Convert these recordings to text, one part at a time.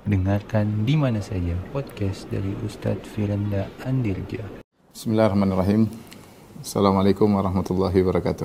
Dengarkan di mana saja podcast dari Ustadz Firanda Andirja. Bismillahirrahmanirrahim. Assalamualaikum warahmatullahi wabarakatuh.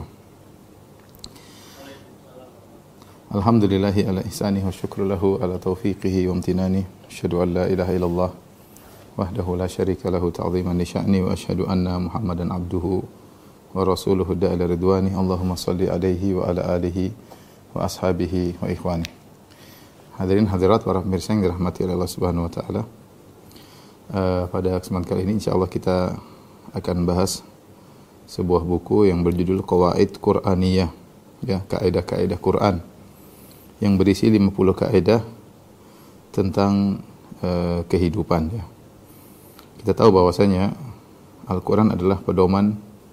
Alhamdulillahi ala ihsanihi wa syukru lahu ala taufiqihi wa amtinani. Asyhadu an la ilaha illallah wahdahu la syarika lahu ta'ziman li sya'ni wa asyhadu anna Muhammadan abduhu wa rasuluhu da'ila ridwani. Allahumma salli alaihi wa ala alihi wa ashabihi wa ikhwani. Hadirin hadirat para pemirsa yang dirahmati oleh Allah Subhanahu wa taala. Pada kesempatan kali ini insyaallah kita akan bahas sebuah buku yang berjudul Qawaid Qur'aniyah, ya, kaidah-kaidah Quran, yang berisi 50 kaidah tentang kehidupan, ya. Kita tahu bahwasanya Al-Qur'an adalah pedoman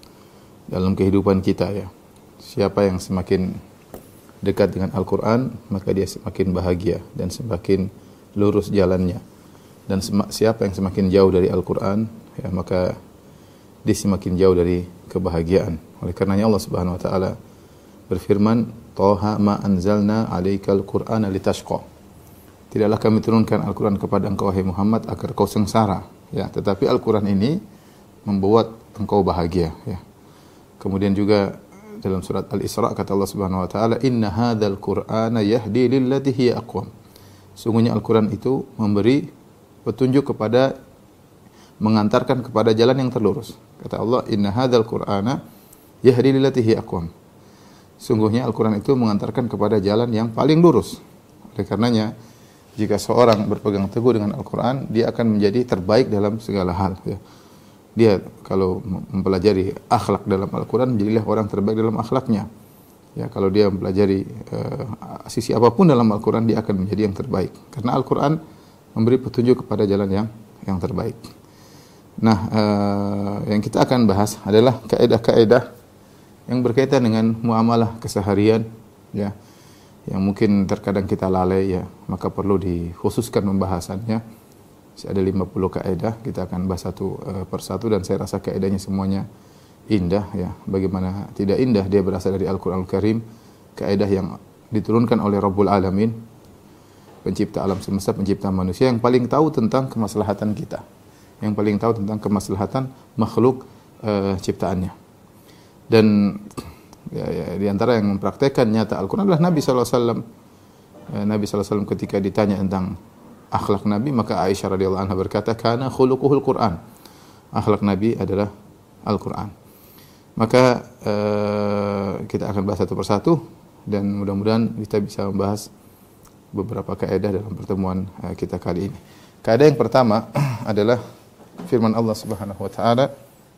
dalam kehidupan kita, ya. Siapa yang semakin dekat dengan Al-Qur'an, maka dia semakin bahagia dan semakin lurus jalannya. Dan siapa yang semakin jauh dari Al-Qur'an, ya, maka dia semakin jauh dari kebahagiaan. Oleh karenanya Allah Subhanahu wa taala berfirman, "Thaha ma anzalna 'alaikal Qur'ana litashqa." Tidaklah kami turunkan Al-Qur'an kepada engkau wahai Muhammad agar kau sengsara, ya, tetapi Al-Qur'an ini membuat engkau bahagia, ya. Kemudian juga dalam surat Al-Isra kata Allah Subhanahu wa taala, "Inna hadzal Qur'ana yahdi lillati hiya aqwam." Sungguhnya Al-Qur'an itu memberi petunjuk kepada, mengantarkan kepada jalan yang terlurus. Kata Allah, "Inna hadzal Qur'ana yahdi lillati hiya aqwam." Sungguhnya Al-Qur'an itu mengantarkan kepada jalan yang paling lurus. Oleh karenanya, jika seorang berpegang teguh dengan Al-Qur'an, dia akan menjadi terbaik dalam segala hal, ya. Dia kalau mempelajari akhlak dalam Al-Qur'an, jadilah orang terbaik dalam akhlaknya. Ya, kalau dia mempelajari sisi apapun dalam Al-Qur'an, dia akan menjadi yang terbaik. Karena Al-Qur'an memberi petunjuk kepada jalan yang terbaik. Nah, yang kita akan bahas adalah kaidah-kaidah yang berkaitan dengan muamalah keseharian, ya, yang mungkin terkadang kita lalai, ya, maka perlu dikhususkan pembahasannya. Ada 50 kaidah, kita akan bahas satu persatu, dan saya rasa kaidahnya semuanya indah, ya. Bagaimana tidak indah, dia berasal dari Al-Qur'anul Karim, kaidah yang diturunkan oleh Rabbul Alamin, pencipta alam semesta, pencipta manusia, yang paling tahu tentang kemaslahatan kita, yang paling tahu tentang kemaslahatan makhluk ciptaannya. Dan di antara yang mempraktekkan nyata Al-Qur'an adalah Nabi sallallahu alaihi wasallam. Nabi sallallahu alaihi wasallam ketika ditanya tentang akhlak Nabi, maka Aisyah radhiyallahu anha berkata, "Kana khuluquhul Qur'an." Akhlak Nabi adalah Al-Qur'an. Maka kita akan bahas satu persatu, dan mudah-mudahan kita bisa membahas beberapa kaidah dalam pertemuan kita kali ini. Kaidah yang pertama adalah firman Allah Subhanahu wa taala,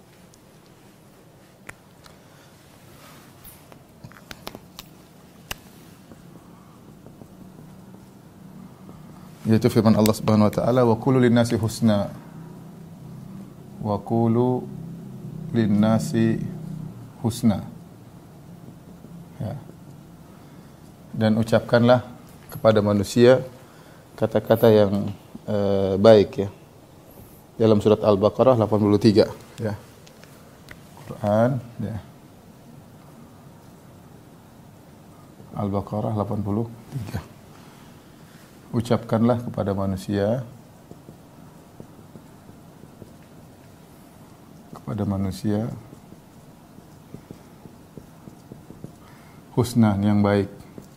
yaitu firman Allah Subhanahu wa taala, "Wa qulu lin-nasi husna." Wa qulu lin-nasi husna. Ya. Dan ucapkanlah kepada manusia kata-kata yang baik, ya. Dalam surat Al-Baqarah 83, ya. Quran, ya. Al-Baqarah 83. Ucapkanlah kepada manusia husnan, yang baik,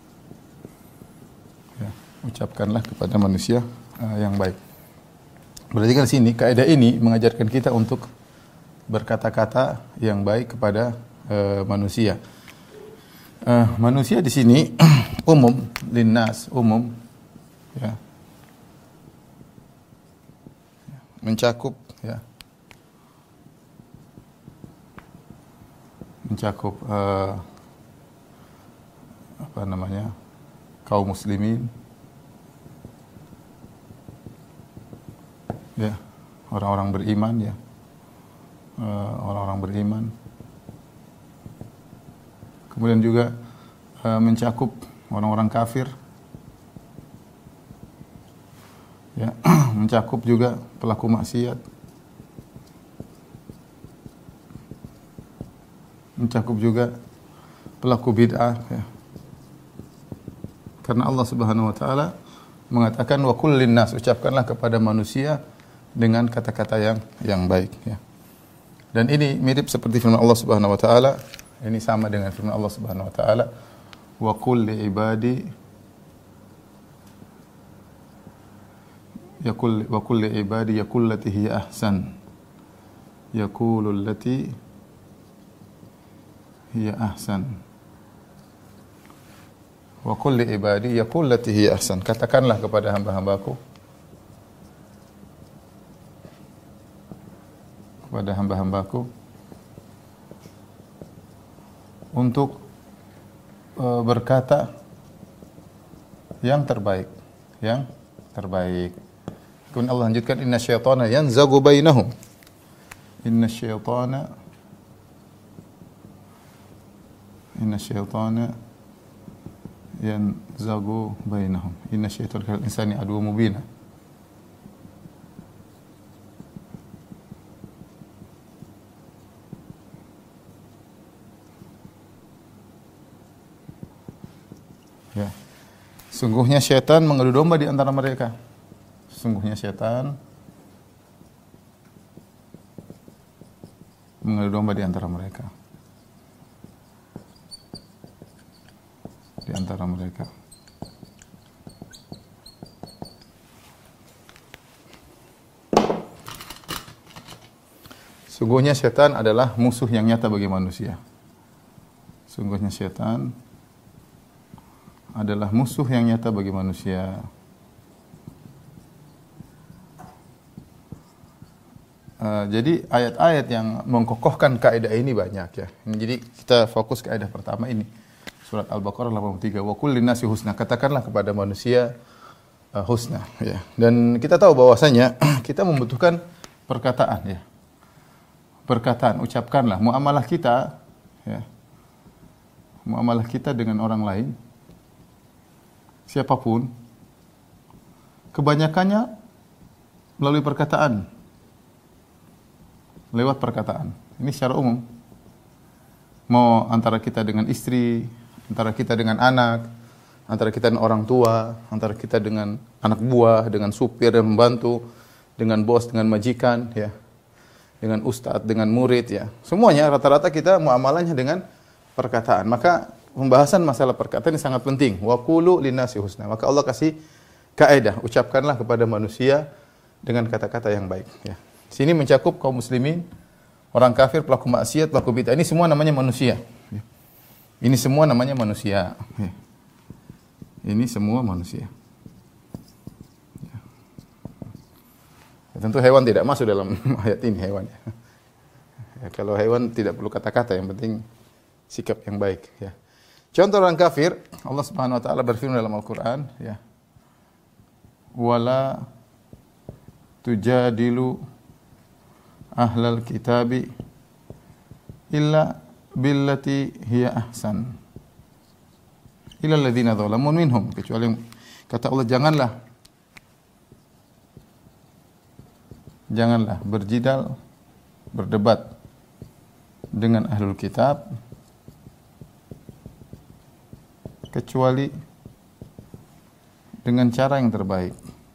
ya. Ucapkanlah kepada manusia yang baik. Berarti kan sini kaidah ini mengajarkan kita untuk berkata-kata yang baik kepada manusia. Manusia di sini umum, linnas, umum, ya, mencakup, ya, kaum muslimin, ya, orang-orang beriman, ya, orang-orang beriman. Kemudian juga mencakup orang-orang kafir, ya, mencakup juga pelaku maksiat, mencakup juga pelaku bid'ah, ya. Karena Allah Subhanahu wa taala mengatakan wa kullin nas, ucapkanlah kepada manusia dengan kata-kata yang baik ya. Dan ini mirip seperti firman Allah Subhanahu wa taala, ini sama dengan firman Allah Subhanahu wa taala, wa qul li ibadi wa qul li ibadi yaqul lati hiya ahsan yaqulul lati hiya ahsan. Wa qul li ibadi yaqul lati hiya ahsan. Katakanlah kepada hamba-hambaku, untuk berkata yang terbaik. Kemudian Allah lanjutkan, inna syaitana yanzagu bainahum. Inna syaitana yanzagu bainahum. Inna syaitana kal insani aduwwun mubin. Ya. Sungguhnya syaitan mengadu domba di antara mereka. Sungguhnya syaitan mengadu domba di antara mereka. Sungguhnya syaitan adalah musuh yang nyata bagi manusia. Sungguhnya syaitan adalah musuh yang nyata bagi manusia. Jadi ayat-ayat yang mengkokohkan kaidah ini banyak ya. Jadi kita fokus kaidah pertama ini. Surat Al-Baqarah 83, wa kullin nasi husna, katakanlah kepada manusia husna ya. Dan kita tahu bahwasanya kita membutuhkan perkataan ya. Perkataan, ucapkanlah muamalah kita ya. Muamalah kita dengan orang lain siapapun kebanyakannya melalui perkataan. Lewat perkataan. Ini secara umum. Mau antara kita dengan istri, antara kita dengan anak, antara kita dengan orang tua, antara kita dengan anak buah, dengan supir dan membantu, dengan bos, dengan majikan, ya, dengan ustadz, dengan murid, ya. Semuanya rata-rata kita muamalahnya dengan perkataan. Maka pembahasan masalah perkataan ini sangat penting. Wa qulu linnasi husna. Maka Allah kasih kaidah, ucapkanlah kepada manusia dengan kata-kata yang baik, ya. Sini mencakup kaum muslimin, orang kafir, pelaku maksiat, pelaku bid'ah. Ini semua namanya manusia. Ini semua namanya manusia. Ini semua manusia. Tentu hewan tidak masuk dalam ayat ini, hewan. Kalau hewan tidak perlu kata-kata, yang penting sikap yang baik. Ya. Contoh orang kafir, Allah Subhanahu Wa Taala berfirman dalam Al-Quran, ya, wala tujadilu ahlal kitabi illa billati hiya ahsan illa alladhina zalamun minhum, kecuali kata Allah, janganlah berjidal, berdebat dengan ahlul kitab kecuali dengan cara yang terbaik.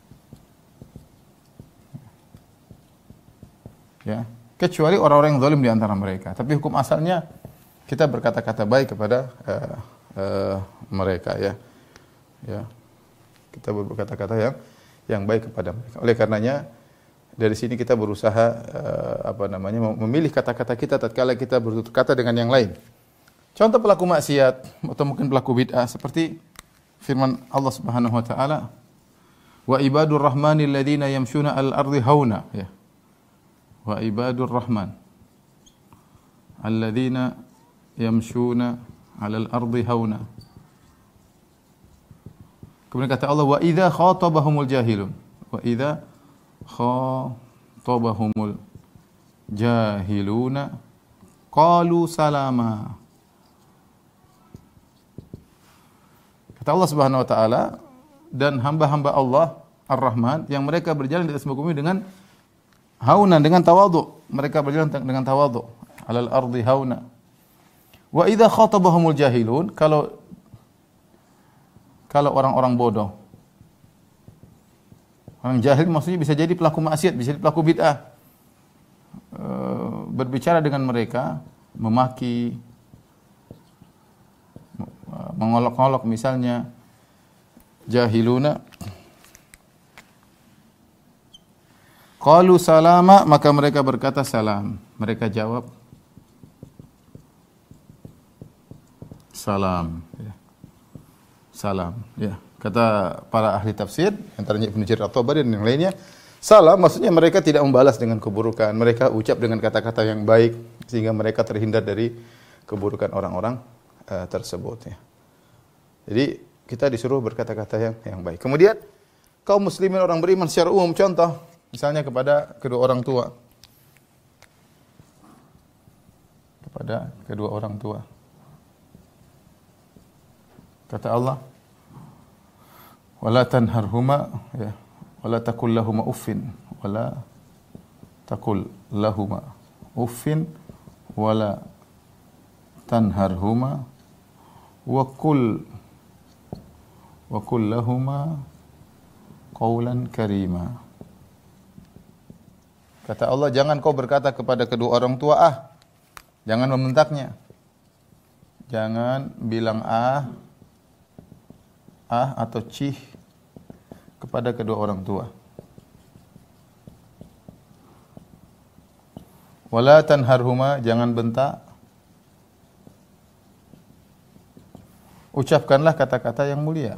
Ya, kecuali orang-orang yang zalim di antara mereka. Tapi hukum asalnya kita berkata-kata baik kepada mereka, ya. Ya. Kita berkata-kata yang baik kepada mereka. Oleh karenanya dari sini kita berusaha memilih kata-kata kita tatkala kita bertutur kata dengan yang lain. Contoh pelaku maksiat atau mungkin pelaku bid'ah seperti firman Allah Subhanahu wa taala, wa ibadur rahmanil ladzina yamshuna al-ardi hauna, ya. Wa ibadur rahman alladzina yamshuna 'alal ardi hauna. Kemudian kata Allah, wa idza khatabahumul jahilun, wa idza khatabahumul jahiluna qalu salama. Kata Allah Subhanahu wa taala, dan hamba-hamba Allah Ar-Rahman yang mereka berjalan di atas muka bumi dengan hauna, dengan tawadhu. Mereka berjalan dengan tawadhu. Alal ardi hauna. Wa idza khatabahumul jahilun, kalau orang-orang bodoh Orang jahil maksudnya bisa jadi pelaku maksiat, bisa jadi pelaku bid'ah. Berbicara dengan mereka, memaki, mengolok-olok misalnya, jahiluna. Qalu salama, maka mereka berkata salam. Mereka jawab salam. Ya. Salam. Ya. Kata para ahli tafsir, antaranya Ibnu Jarir At-Tabari dan yang lainnya, salam maksudnya mereka tidak membalas dengan keburukan. Mereka ucap dengan kata-kata yang baik sehingga mereka terhindar dari keburukan orang-orang tersebut. Ya. Jadi kita disuruh berkata-kata yang baik. Kemudian kaum muslimin orang beriman secara umum, contoh misalnya kepada kedua orang tua. Kepada kedua orang tua. Kata Allah, wala tanharhuma, ya, wala taqul lahuma uffin, wala taqul lahuma uffin, wala tanharhuma wa qul lahuma qawlan karima. Kata Allah, jangan kau berkata kepada kedua orang tua jangan membentaknya. Jangan bilang atau cih kepada kedua orang tua. Wala tanharhuma, jangan bentak. Ucapkanlah kata-kata yang mulia.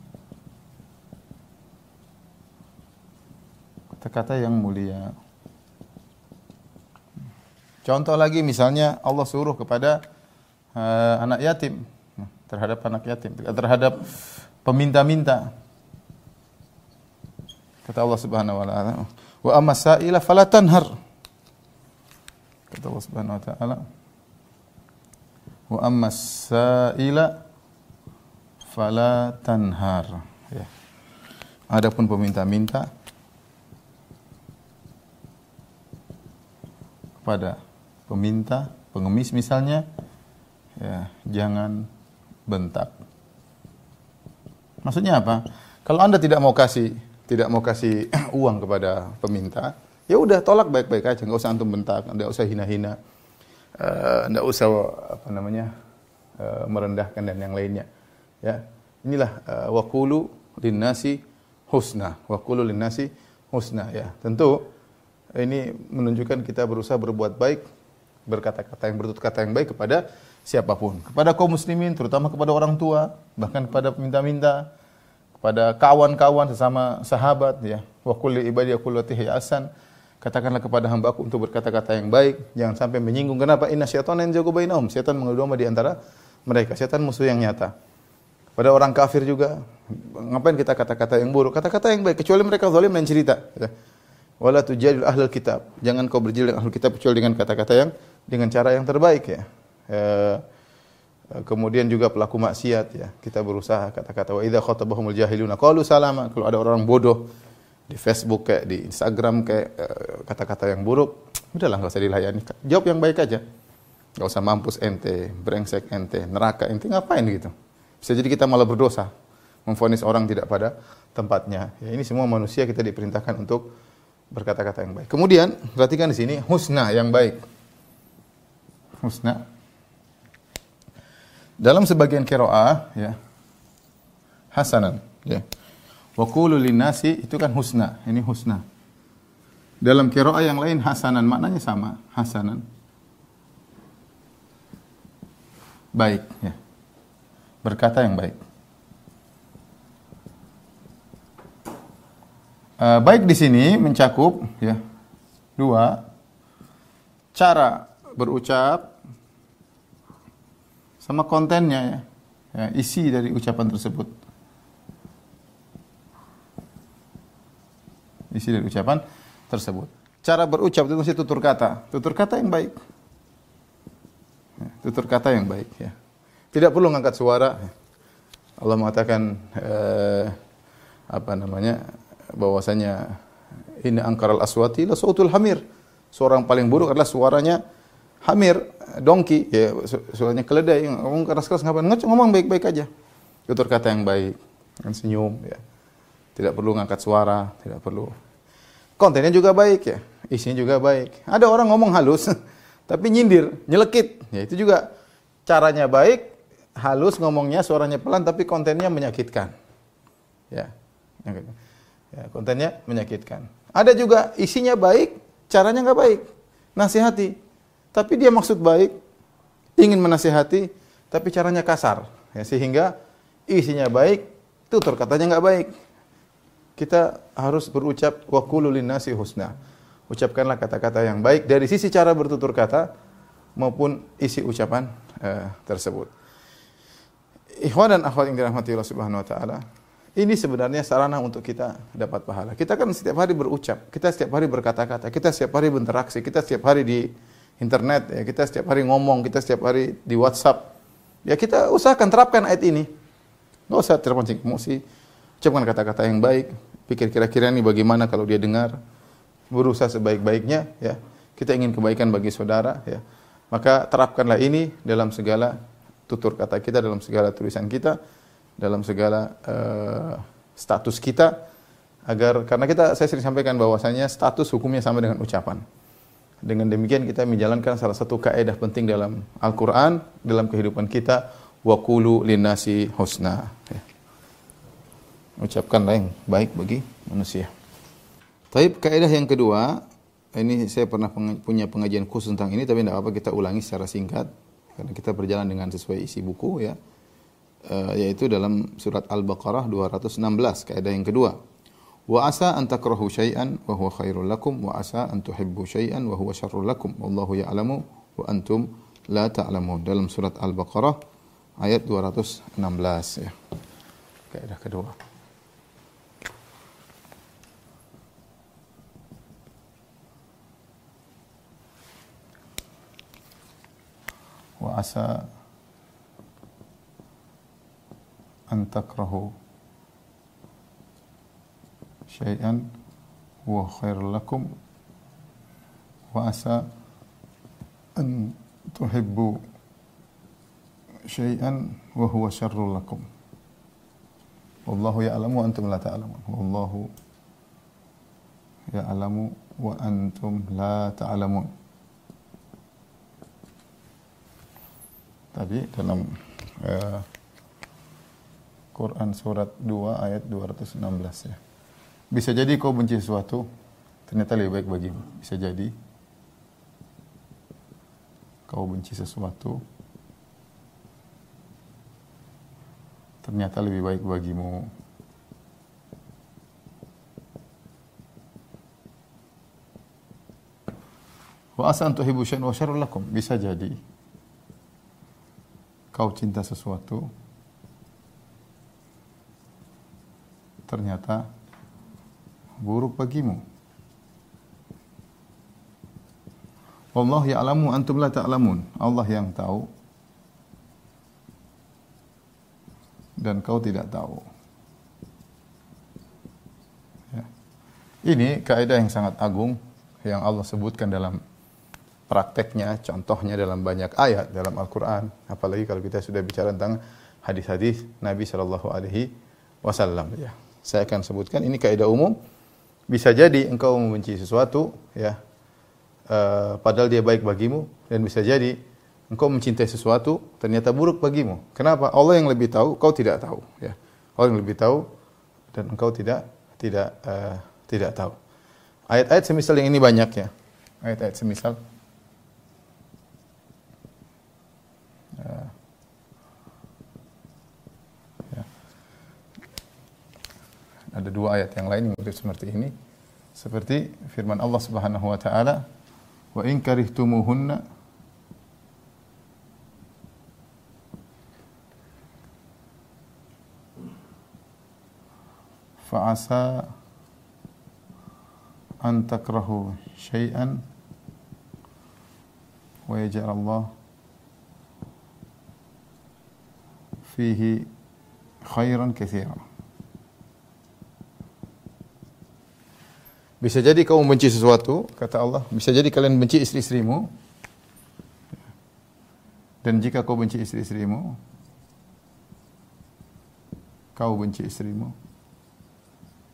Kata-kata yang mulia. Contoh lagi misalnya Allah suruh kepada anak yatim, terhadap anak yatim, terhadap peminta-minta. Kata Allah Subhanahu wa taala, wa amma sa'ila fala tanhar. Kata Allah Subhanahu wa taala, wa amma sa'ila fala tanhar. Ya. Adapun peminta-minta kepada peminta, pengemis misalnya, ya, jangan bentak. Maksudnya apa? Kalau Anda tidak mau kasih uang kepada peminta, ya udah tolak baik-baik aja, enggak usah antum bentak, enggak usah hina-hina. Enggak usah merendahkan dan yang lainnya. Ya. Inilah waqulu linnasi husna. Waqulu linnasi husna, ya. Tentu ini menunjukkan kita berusaha berbuat baik, berkata-kata yang bertutur kata yang baik kepada siapapun, kepada kaum muslimin, terutama kepada orang tua, bahkan kepada peminta-minta, kepada kawan-kawan sesama sahabat, ya. Wa qul li ibadi yaqulu lati hasan. Katakanlah kepada hamba-Ku untuk berkata-kata yang baik, jangan sampai menyinggung. Kenapa? Inna syaitana yanzagu bainahum. Setan mengadu domba di antara mereka. Setan musuh yang nyata. Pada orang kafir juga, ngapain kita kata-kata yang buruk? Kata-kata yang baik, kecuali mereka zalim dan cerita. Ya. Wala tujadil ahlul kitab. Jangan kau berjil dengan ahlul kitab kecuali dengan kata-kata yang dengan cara yang terbaik, ya. Kemudian juga pelaku maksiat, ya. Kita berusaha kata-kata wa idza khatabahumul jahiluna qalu salama. Kalau ada orang bodoh di Facebook kayak di Instagram kayak kata-kata yang buruk, udahlah enggak usah dilayani. Jawab yang baik aja. Enggak usah mampus ente, brengsek ente, neraka ente, ngapain gitu. Bisa jadi kita malah berdosa memvonis orang tidak pada tempatnya. Ya, ini semua manusia kita diperintahkan untuk berkata-kata yang baik. Kemudian perhatikan di sini husna yang baik. Husna. Dalam sebagian qiraah, ya, hasanan, ya. Wa qulu linnasi itu kan husna, ini husna. Dalam qiraah yang lain hasanan, maknanya sama, hasanan. Baik, ya. Berkata yang baik. Baik di sini mencakup, ya, dua cara berucap sama kontennya, ya, isi dari ucapan tersebut. Isi dari ucapan tersebut. Cara berucap itu mesti tutur kata yang baik. Ya, tutur kata yang baik, ya. Tidak perlu ngangkat suara. Allah mengatakan bahwasanya inna ankaral aswati la sautul hamir. Suara yang paling buruk adalah suaranya hamir, dongki, ya, suaranya keledai. Ngomong keras-keras ngapain? Ngomong baik-baik aja. Tutur kata yang baik, dengan senyum, ya. tidak perlu ngangkat suara, tidak perlu. Kontennya juga baik ya, isinya juga baik. Ada orang ngomong halus, tapi nyindir, nyelekit. Ya itu juga caranya baik, halus ngomongnya, suaranya pelan, tapi kontennya menyakitkan. Ya, kontennya menyakitkan. Ada juga isinya baik, caranya nggak baik, nasihati. Tapi dia maksud baik, ingin menasihati, tapi caranya kasar. Ya, sehingga isinya baik, tutur katanya nggak baik. Kita harus berucap wa qulu linnasi husna. Ucapkanlah kata-kata yang baik dari sisi cara bertutur kata maupun isi ucapan tersebut. Ikhwan dan akhwat yang dirahmati Allah Subhanahu wa taala, ini sebenarnya sarana untuk kita dapat pahala. Kita kan setiap hari berucap, kita setiap hari berkata-kata, kita setiap hari berinteraksi, kita setiap hari di internet, ya, kita setiap hari ngomong, kita setiap hari di WhatsApp. Ya kita usahakan terapkan ayat ini. Enggak usah terpancing emosi. Ucapkan kata-kata yang baik, pikir kira-kira ini bagaimana kalau dia dengar, berusaha sebaik-baiknya, ya. Kita ingin kebaikan bagi saudara, ya. Maka terapkanlah ini dalam segala tutur kata kita, dalam segala tulisan kita, dalam segala status kita, agar karena saya sering sampaikan bahwasanya status hukumnya sama dengan ucapan. Dengan demikian kita menjalankan salah satu kaidah penting dalam Al-Qur'an, dalam kehidupan kita, wa qulu linnasi husna. Ya. Ucapkanlah yang baik bagi manusia. Taib, kaidah yang kedua, ini saya pernah punya pengajian khusus tentang ini, tapi tidak apa-apa kita ulangi secara singkat karena kita berjalan dengan sesuai isi buku, ya. Yaitu dalam surat Al-Baqarah 216, kaidah yang kedua. Wa asa an takrahu syai'an wa huwa khairul lakum wa asa an tuhibbu syai'an wa huwa syarrul lakum wallahu ya'lamu wa antum la ta'lamun. Dalam surat Al-Baqarah ayat 216, ya. Kaidah kedua. Wa asa an takrahu syai'an huwa khairul lakum wa asa an tuhibbu syai'an wa huwa syarrul lakum wallahu ya'lamu wa antum la ta'lamun wallahu ya'lamu wa antum la ta'lamun. Tadi dalam Quran surat 2 ayat 216, ya. Bisa jadi kau benci sesuatu, ternyata lebih baik bagimu. Bisa jadi kau benci sesuatu, ternyata lebih baik bagimu. Wa asa an tuhibbu syai'an wa syarrul lakum. Bisa jadi kau cinta sesuatu, ternyata buruk bagimu. Wallahu ya'lamu antum la ta'lamun. Allah yang tahu dan kau tidak tahu. Ya. Ini kaidah yang sangat agung yang Allah sebutkan dalam prakteknya, contohnya dalam banyak ayat dalam Al-Quran. Apalagi kalau kita sudah bicara tentang hadis-hadis Nabi Shallallahu Alaihi Wasallam. Ya. Saya akan sebutkan ini kaidah umum. Bisa jadi engkau membenci sesuatu, ya, padahal dia baik bagimu, dan bisa jadi engkau mencintai sesuatu ternyata buruk bagimu. Kenapa? Allah yang lebih tahu, kau tidak tahu. Ya. Allah yang lebih tahu dan engkau tidak tahu. Ayat-ayat semisal yang ini banyak, ya. Ayat-ayat semisal. Ya. Ada dua ayat yang lain yang mirip seperti ini, seperti firman Allah Subhanahu wa taala, wa in karihtumuhunna fa asa an takrahu syai'an wa yaj'al Allah fihi khairan katsiran. Bisa jadi kau membenci sesuatu, kata Allah, bisa jadi kalian benci istri-istrimu. Dan jika kau benci istri-istrimu, kau benci istrimu,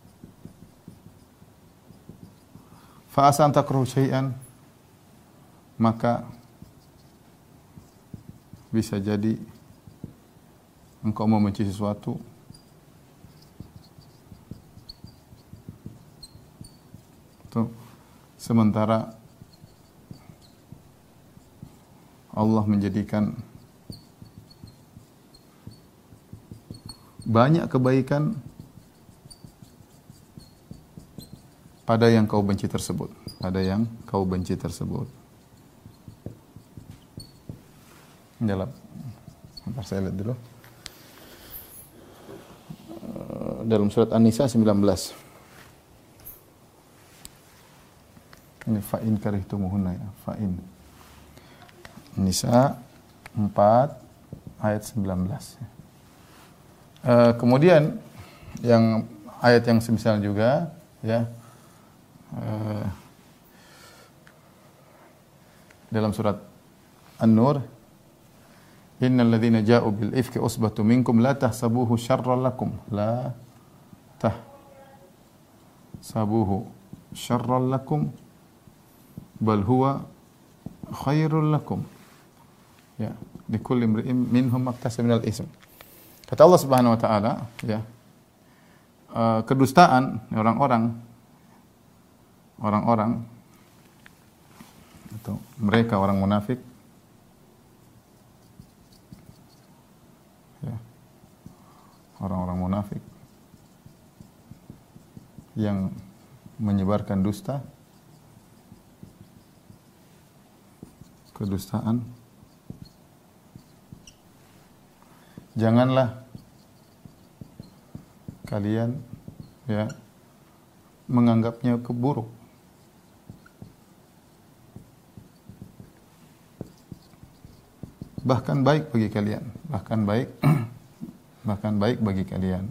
Fa asa an takrahu syai'an, maka bisa jadi engkau membenci sesuatu tuh, sementara Allah menjadikan banyak kebaikan pada yang kau benci tersebut, Bentar saya lihat dulu. Dalam surat An-Nisa 19. Ini fa'in karihtumuhunna ya, fa'in. Nisa 4 ayat 19. Kemudian yang ayat yang semisal juga ya, dalam surat An-Nur, innal ladzina ja'u bil ifki usbatun minkum la tahsabuhu syarran lakum, la tahsabuhu syarran lakum bal huwa khairul lakum, ya, likulli imri'in minhum maktasaba minal ism. Kata Allah Subhanahu wa taala, ya, kedustaan orang-orang atau mereka orang munafik, ya, orang-orang munafik yang menyebarkan dusta, kedustaan, janganlah kalian ya menganggapnya keburuk. Bahkan baik bagi kalian, bahkan baik bagi kalian.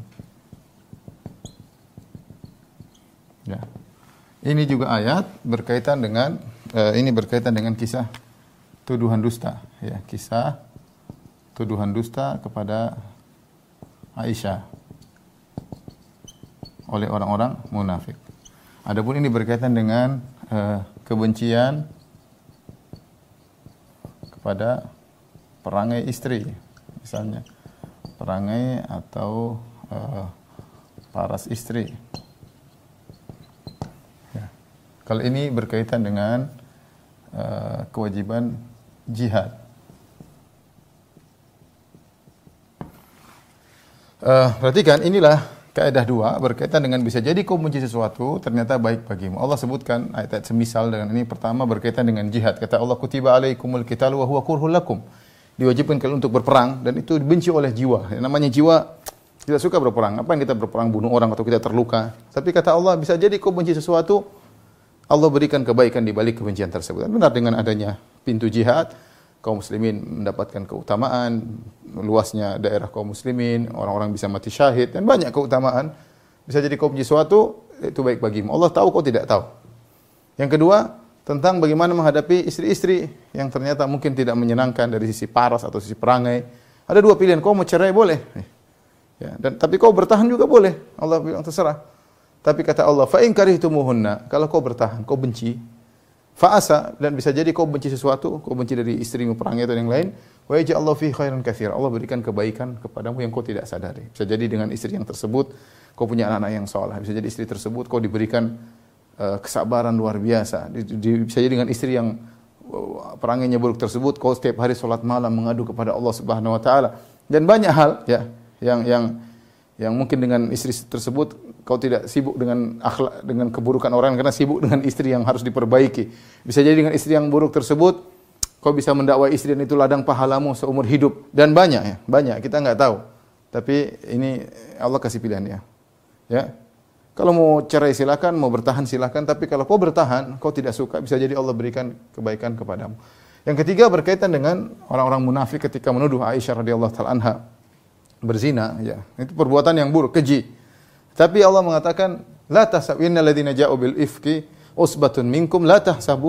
Ya. Ini juga ayat berkaitan dengan kisah tuduhan dusta, ya, kisah tuduhan dusta kepada Aisyah oleh orang-orang munafik. Adapun ini berkaitan dengan kebencian kepada perangai istri, misalnya perangai atau paras istri. Ya. Kalau ini berkaitan dengan kewajiban jihad. Perhatikan, inilah kaidah dua berkaitan dengan bisa jadi kau benci sesuatu ternyata baik bagimu. Allah sebutkan ayat-ayat semisal dengan ini. Pertama berkaitan dengan jihad. Kata Allah, kutiba alaikumul qitalu wa huwa kurhul lakum. Diwajibkan kalian untuk berperang dan itu dibenci oleh jiwa. Yang namanya jiwa tidak suka berperang. Apa yang kita berperang, bunuh orang atau kita terluka. Tapi kata Allah, bisa jadi kau benci sesuatu, Allah berikan kebaikan di balik kebencian tersebut. Dan benar, dengan adanya pintu jihad, kaum muslimin mendapatkan keutamaan, luasnya daerah kaum muslimin, orang-orang bisa mati syahid, dan banyak keutamaan. Bisa jadi kau benci sesuatu, itu baik bagimu. Allah tahu, kau tidak tahu. Yang kedua, tentang bagaimana menghadapi istri-istri yang ternyata mungkin tidak menyenangkan dari sisi paras atau sisi perangai. Ada dua pilihan, kau mau cerai boleh. Ya, tapi kau bertahan juga boleh. Allah bilang terserah. Tapi kata Allah, fa in karihtumuhunna, kalau kau bertahan, kau benci, fa asa, dan bisa jadi kau benci sesuatu, kau benci dari istrimu perangai atau yang lain, wa yaj'allahu fi khairan katsira. Allah berikan kebaikan kepadamu yang kau tidak sadari. Bisa jadi dengan istri yang tersebut kau punya anak-anak yang saleh. Bisa jadi istri tersebut kau diberikan kesabaran luar biasa. Bisa jadi dengan istri yang perangainya buruk tersebut kau setiap hari salat malam mengadu kepada Allah Subhanahu wa taala. Dan banyak hal ya yang mungkin dengan istri tersebut kau tidak sibuk dengan akhlak, dengan keburukan orang karena sibuk dengan istri yang harus diperbaiki. Bisa jadi dengan istri yang buruk tersebut kau bisa mendakwai istri dan itu ladang pahalamu seumur hidup. Dan banyak kita enggak tahu. Tapi ini Allah kasih pilihan ya. Kalau mau cerai silakan, mau bertahan silakan, tapi kalau kau bertahan, kau tidak suka, bisa jadi Allah berikan kebaikan kepadamu. Yang ketiga berkaitan dengan orang-orang munafik ketika menuduh Aisyah radhiyallahu taala anha berzina, ya. Itu perbuatan yang buruk, keji. Tapi Allah mengatakan, la tahsabunnal ladzina ja'u bil ifki usbatun minkum la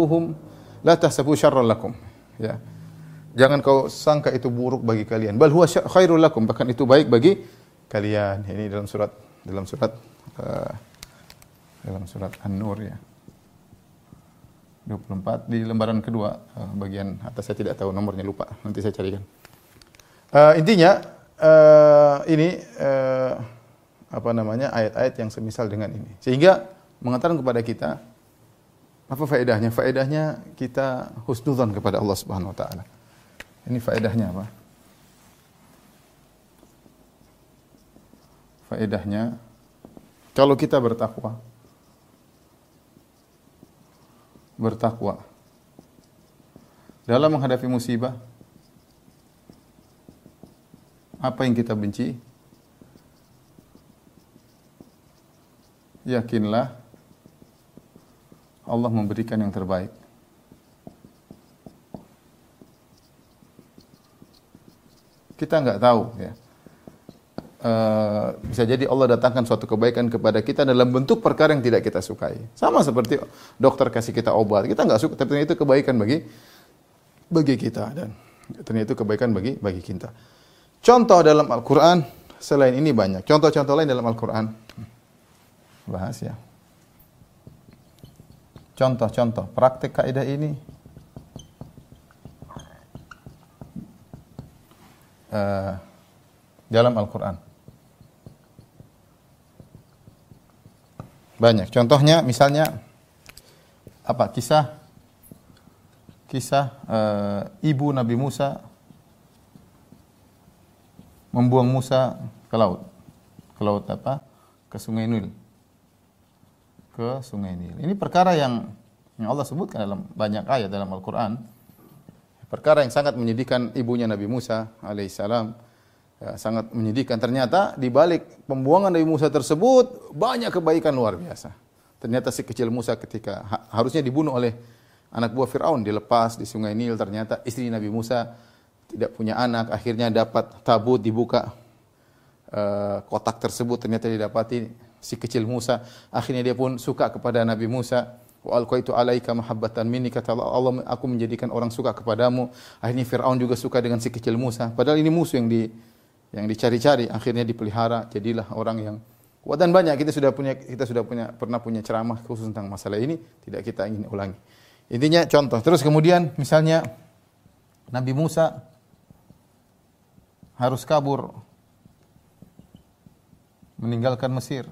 tahsabu syarran lakum. Ya. Jangan kau sangka itu buruk bagi kalian. Bal huwa khairul lakum, bahkan itu baik bagi kalian. Ini dalam surat An-Nur ya. 24 di lembaran kedua, bagian atas saya tidak tahu nomornya, lupa. Nanti saya carikan. Intinya ini ayat-ayat yang semisal dengan ini. Sehingga mengatakan kepada kita apa faedahnya? Faedahnya kita husnudzon kepada Allah Subhanahu wa taala. Ini faedahnya apa? Faedahnya kalau kita bertakwa dalam menghadapi musibah, apa yang kita benci, yakinlah Allah memberikan yang terbaik. Kita enggak tahu, ya. Bisa jadi Allah datangkan suatu kebaikan kepada kita dalam bentuk perkara yang tidak kita sukai. Sama seperti dokter kasih kita obat, kita enggak suka, tapi itu kebaikan bagi kita, dan ternyata itu kebaikan bagi kita. Contoh dalam Al-Quran selain ini banyak. Contoh-contoh lain dalam Al-Quran. Bahas ya. Contoh-contoh praktek kaidah ini. Dalam Al-Quran. Banyak. Contohnya misalnya apa? Kisah ibu Nabi Musa membuang Musa ke laut. Ke laut apa? Ke Sungai Nil. Ke Sungai Nil. Ini perkara yang Allah sebutkan dalam banyak ayat dalam Al-Quran. Perkara yang sangat menyedihkan ibunya Nabi Musa alaihissalam. Ya, sangat menyedihkan. Ternyata di balik pembuangan Nabi Musa tersebut banyak kebaikan luar biasa. Ternyata si kecil Musa ketika harusnya dibunuh oleh anak buah Fir'aun, dilepas di Sungai Nil, ternyata istri Nabi Musa tidak punya anak, akhirnya dapat tabut, dibuka kotak tersebut, ternyata didapati si kecil Musa. Akhirnya dia pun suka kepada Nabi Musa. Wa alqaitu alaika mahabbatan minni, kata Allah, aku menjadikan orang suka kepadamu. Akhirnya Fir'aun juga suka dengan si kecil Musa. Padahal ini musuh yang dicari-cari, akhirnya dipelihara, jadilah orang yang kuat. Dan banyak kita sudah pernah punya ceramah khusus tentang masalah ini, tidak kita ingin ulangi. Intinya contoh. Terus kemudian misalnya Nabi Musa harus kabur meninggalkan Mesir.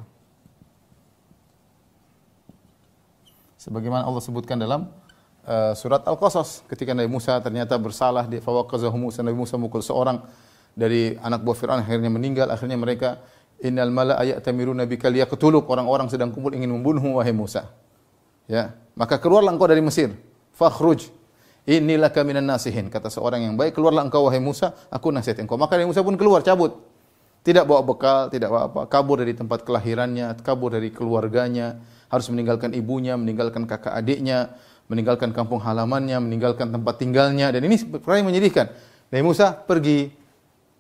Sebagaimana Allah sebutkan dalam surat Al-Qasas, ketika Nabi Musa ternyata bersalah, di fawaqazahu Musa, Nabi Musa mukul seorang dari anak buah Fir'aun, akhirnya meninggal. Akhirnya mereka, innal mala'a ya'tamiruna bika liyaqtuluk, orang-orang sedang kumpul ingin membunuhmu wahai Musa. Ya, maka keluarlah engkau dari Mesir. Fakhruj inni laka minan nasihin, kata seorang yang baik, keluarlah engkau wahai Musa, aku nasihat engkau. Maka Nabi Musa pun keluar, cabut. Tidak bawa bekal, tidak bawa apa, kabur dari tempat kelahirannya, kabur dari keluarganya, harus meninggalkan ibunya, meninggalkan kakak adiknya, meninggalkan kampung halamannya, meninggalkan tempat tinggalnya, dan ini perkara yang menyedihkan. Nabi Musa pergi,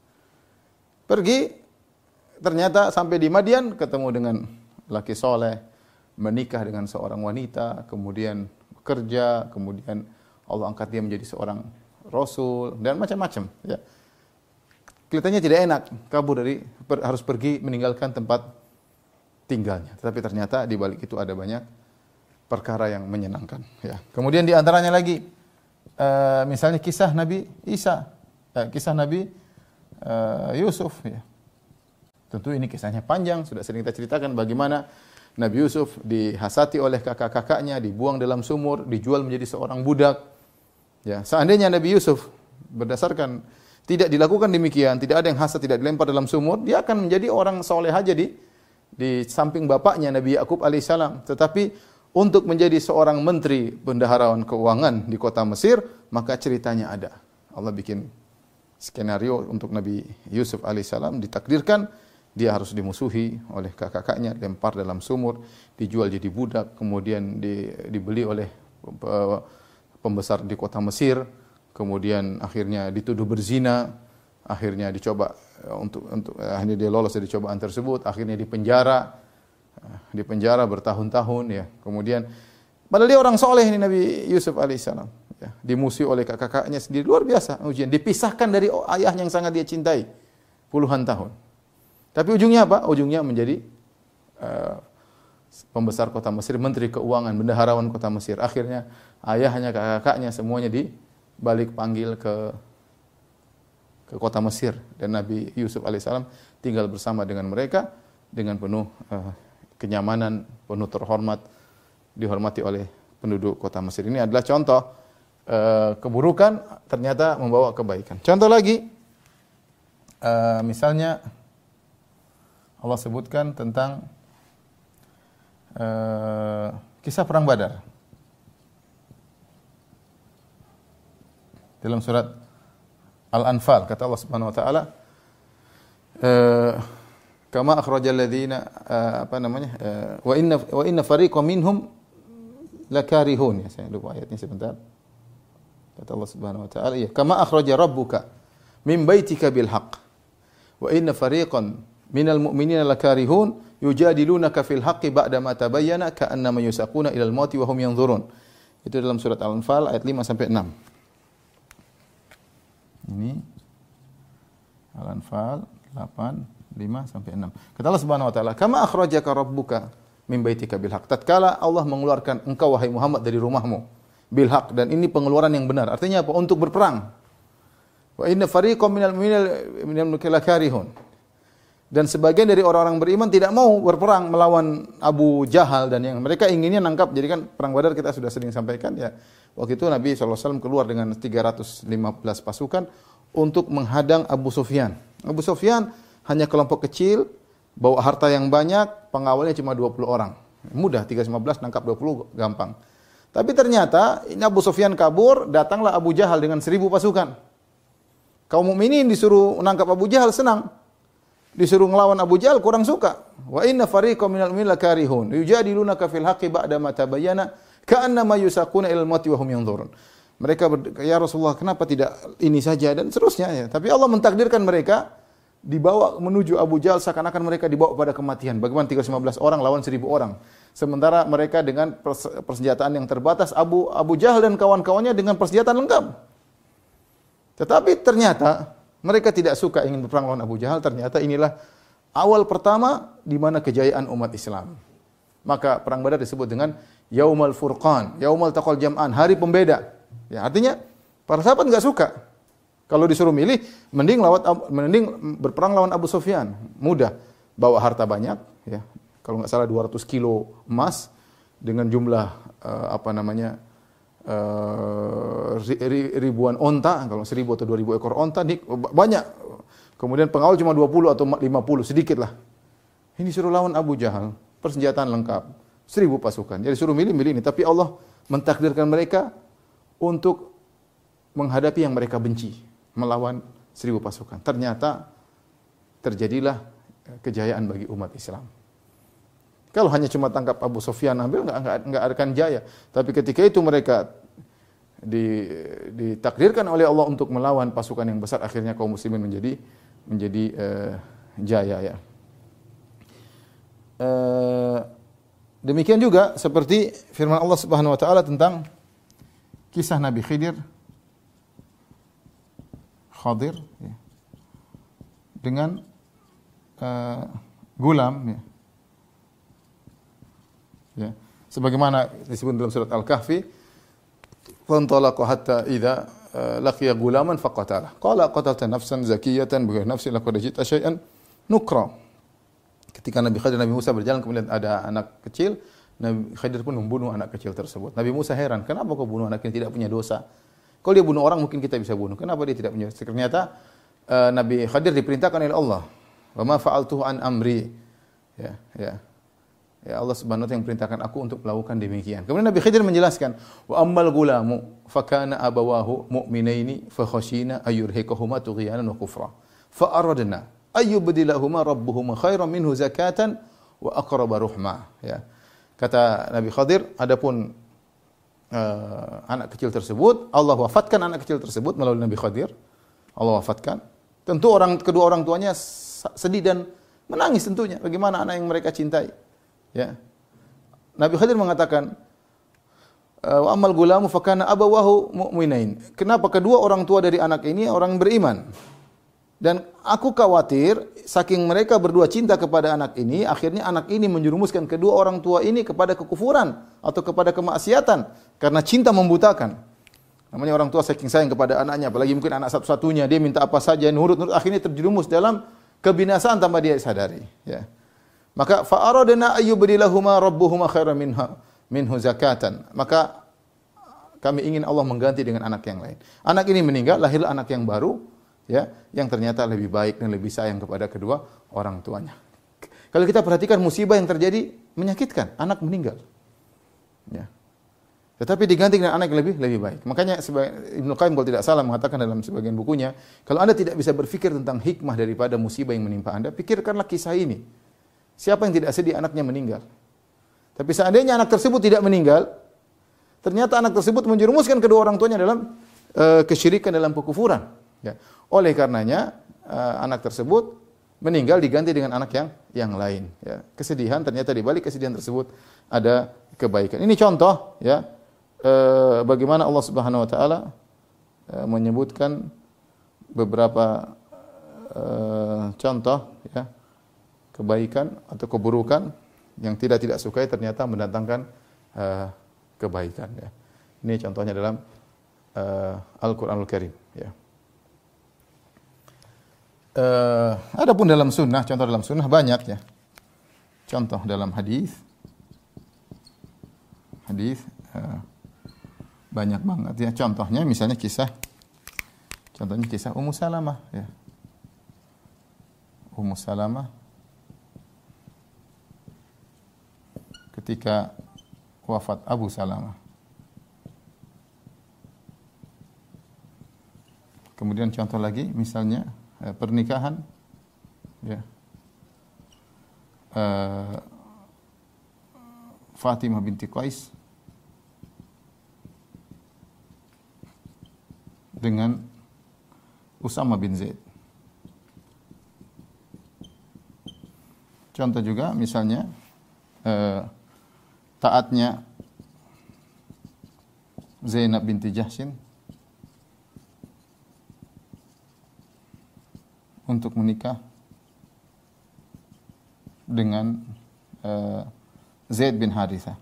ternyata sampai di Madian ketemu dengan laki soleh, menikah dengan seorang wanita, kemudian bekerja, kemudian Allah angkat dia menjadi seorang rasul, dan macam-macam. Ya. Kelihatannya tidak enak, kabur harus pergi meninggalkan tempat tinggalnya. Tetapi ternyata di balik itu ada banyak perkara yang menyenangkan. Ya. Kemudian di antaranya lagi, misalnya kisah Nabi Isa, kisah Nabi Yusuf, ya. Tentu ini kisahnya panjang, sudah sering kita ceritakan bagaimana Nabi Yusuf dihasati oleh kakak-kakaknya, dibuang dalam sumur, dijual menjadi seorang budak. Ya, seandainya Nabi Yusuf berdasarkan tidak dilakukan demikian, tidak ada yang hasad, tidak dilempar dalam sumur, dia akan menjadi orang soleh aja di samping bapaknya Nabi Yakub alaihissalam. Tetapi untuk menjadi seorang menteri bendaharawan keuangan di kota Mesir, maka ceritanya ada. Allah bikin skenario untuk Nabi Yusuf alaihissalam, ditakdirkan dia harus dimusuhi oleh kakak-kakaknya, lempar dalam sumur, dijual jadi budak, kemudian dibeli oleh pembesar di kota Mesir, kemudian akhirnya dituduh berzina, akhirnya dicoba akhirnya dia lolos dari cobaan tersebut, akhirnya dipenjara bertahun-tahun, ya. Kemudian padahal dia orang soleh ini Nabi Yusuf alaihissalam, ya, dimusuhi oleh kakak-kakaknya sendiri, luar biasa ujian, dipisahkan dari ayahnya yang sangat dia cintai puluhan tahun. Tapi ujungnya apa? Ujungnya menjadi pembesar kota Mesir, menteri keuangan, bendaharawan kota Mesir. Akhirnya ayahnya, kakak-kakaknya semuanya dibalik panggil ke kota Mesir, dan Nabi Yusuf alaihissalam tinggal bersama dengan mereka dengan penuh kenyamanan, penuh terhormat, dihormati oleh penduduk kota Mesir. Ini adalah contoh keburukan ternyata membawa kebaikan. Contoh lagi, misalnya Allah sebutkan tentang kisah perang Badar dalam surat Al-Anfal. Kata Allah Subhanahu wa taala, kama akhrajal ladzina wa inna fariqam minhum lakarihun. Ya, saya lupa ayatnya sebentar. Kata Allah Subhanahu wa taala, ya, kama akhraja rabbuka min baitika bil haqq wa inna fariqan minal mu'minina lakarihun yujadilunaka fil haqqi ba'da ma tabayyana ka'annama yusaquna ilal mauti wa hum yanzurun. Itu dalam surat Al-Anfal ayat 5 sampai 6. Ini Al-Anfal 8 5 sampai 6. Kata Allah Subhanahu wa taala, "Kama akhrajaka rabbuka min baitika bil haqq." Tatkala Allah mengeluarkan engkau wahai Muhammad dari rumahmu bil haqq, dan ini pengeluaran yang benar. Artinya apa? Untuk berperang. Wa inna fariqam minal mu'minina lakarihun. Dan sebagian dari orang-orang beriman tidak mau berperang melawan Abu Jahal dan yang mereka inginnya nangkap. Jadi kan perang Badar kita sudah sering sampaikan ya. Waktu itu Nabi SAW keluar dengan 315 pasukan untuk menghadang Abu Sufyan. Abu Sufyan hanya kelompok kecil, bawa harta yang banyak, pengawalnya cuma 20 orang. Mudah, 315 nangkap 20 gampang. Tapi ternyata ini Abu Sufyan kabur, datanglah Abu Jahal dengan 1000 pasukan. Kaum mukminin disuruh menangkap Abu Jahal senang. Disuruh ngelawan Abu Jahal kurang suka. Wa inna fariqam minal mu'minina lakarihun yujadilunaka fil haqqi ba'da ma tabayyana ka'annama yusaquna ilal mauti wa hum yanzurun. Mereka ya Rasulullah, kenapa tidak ini saja dan seterusnya ya. Tapi Allah mentakdirkan mereka dibawa menuju Abu Jahal seakan-akan mereka dibawa pada kematian. Bagaimana 315 orang lawan 1000 orang. Sementara mereka dengan persenjataan yang terbatas, Abu Jahal dan kawan-kawannya dengan persenjataan lengkap. Tetapi ternyata mereka tidak suka ingin berperang lawan Abu Jahal. Ternyata inilah awal pertama di mana kejayaan umat Islam. Maka perang Badar disebut dengan Yaumal Furqan, Yaumal Taqal Jam'an, hari pembeda. Ya, artinya para sahabat enggak suka. Kalau disuruh milih, mending berperang lawan Abu Sufyan. Mudah, bawa harta banyak, ya. Kalau enggak salah 200 kilo emas dengan jumlah ribuan onta, kalau 1000 atau 2000 ekor onta, banyak. Kemudian pengawal cuma 20 atau 50, sedikit lah. Ini suruh lawan Abu Jahal, persenjataan lengkap, 1000 pasukan. Jadi suruh milih ini, tapi Allah mentakdirkan mereka untuk menghadapi yang mereka benci, melawan 1000 pasukan. Ternyata terjadilah kejayaan bagi umat Islam. Kalau hanya cuma tangkap Abu Sufyan ambil, enggak akan jaya. Tapi ketika itu mereka ditakdirkan oleh Allah untuk melawan pasukan yang besar, akhirnya kaum muslimin menjadi jaya ya. Demikian juga seperti firman Allah Subhanahu wa taala tentang kisah Nabi Khidir ya, dengan gulam ya. Ya. Sebagaimana disebut dalam surat Al-Kahfi, "Fantalaqa hatta idza laqiya gulaman faqatalah. Qala qatalta nafsan zakiyatan bighairi nafsin laqad jita syai'an nukra." Ketika Nabi Khidir, Nabi Musa berjalan, kemudian ada anak kecil, Nabi Khidir pun membunuh anak kecil tersebut. Nabi Musa heran, kenapa kau bunuh anak yang tidak punya dosa? Kalau dia bunuh orang mungkin kita bisa bunuh. Kenapa dia tidak punya dosa? Ternyata Nabi Khidir diperintahkan oleh Allah. Wa ma fa'altuhu an amri. Ya Allah Subhanahu wa taala yang perintahkan aku untuk melakukan demikian. Kemudian Nabi Khidir menjelaskan, wa ammal gulamu fakana abawahu mu'minaini fa khashina ayyurhiqahuma tughyanan wa kufra. Fa aradna ayyubdilahuma rabbuhuma khairan minhu zakatan wa aqraba ruhma. Ya. Kata Nabi Khidir, adapun anak kecil tersebut, Allah wafatkan anak kecil tersebut melalui Nabi Khidir. Allah wafatkan. Tentu kedua orang tuanya sedih dan menangis tentunya. Bagaimana anak yang mereka cintai? Ya. Nabi Khidir mengatakan, wa ammal gulamu fakana abawahu mu'minain. Kenapa kedua orang tua dari anak ini orang beriman? Dan aku khawatir saking mereka berdua cinta kepada anak ini, akhirnya anak ini menjerumuskan kedua orang tua ini kepada kekufuran atau kepada kemaksiatan karena cinta membutakan. Namanya orang tua saking sayang kepada anaknya, apalagi mungkin anak satu-satunya, dia minta apa saja nurut, akhirnya terjerumus dalam kebinasaan tanpa dia sadari, ya. Maka fa aradna ayyubdilahuma rabbuhuma khairan minhu zakatan. Maka kami ingin Allah mengganti dengan anak yang lain. Anak ini meninggal, lahirlah anak yang baru, ya, yang ternyata lebih baik dan lebih sayang kepada kedua orang tuanya. Kalau kita perhatikan musibah yang terjadi menyakitkan, anak meninggal. Ya. Tetapi diganti dengan anak yang lebih baik. Makanya Ibnu Qayyim kalau tidak salah mengatakan dalam sebagian bukunya, kalau Anda tidak bisa berpikir tentang hikmah daripada musibah yang menimpa Anda, pikirkanlah kisah ini. Siapa yang tidak sedih anaknya meninggal? Tapi seandainya anak tersebut tidak meninggal, ternyata anak tersebut menjerumuskan kedua orang tuanya dalam kesyirikan, dalam kekufuran. Ya. Oleh karenanya anak tersebut meninggal diganti dengan anak yang lain. Ya. Kesedihan, ternyata di balik kesedihan tersebut ada kebaikan. Ini contoh, ya, bagaimana Allah Subhanahu Wa Taala menyebutkan beberapa contoh, ya, kebaikan atau keburukan yang tidak sukai ternyata mendatangkan kebaikan. Ya. Ini contohnya dalam Al-Quranul Karim. Ya. Adapun dalam sunnah, contoh dalam sunnah banyak, ya. Contoh dalam hadis banyak banget, ya. Contohnya misalnya contohnya kisah Ummu Salamah, ya. Ummu Salamah ketika wafat Abu Salamah. Kemudian contoh lagi misalnya pernikahan, ya, Fatimah binti Qais dengan Usama bin Zaid. Contoh juga misalnya taatnya Zainab binti Jahshin untuk menikah dengan Zaid bin Harithah.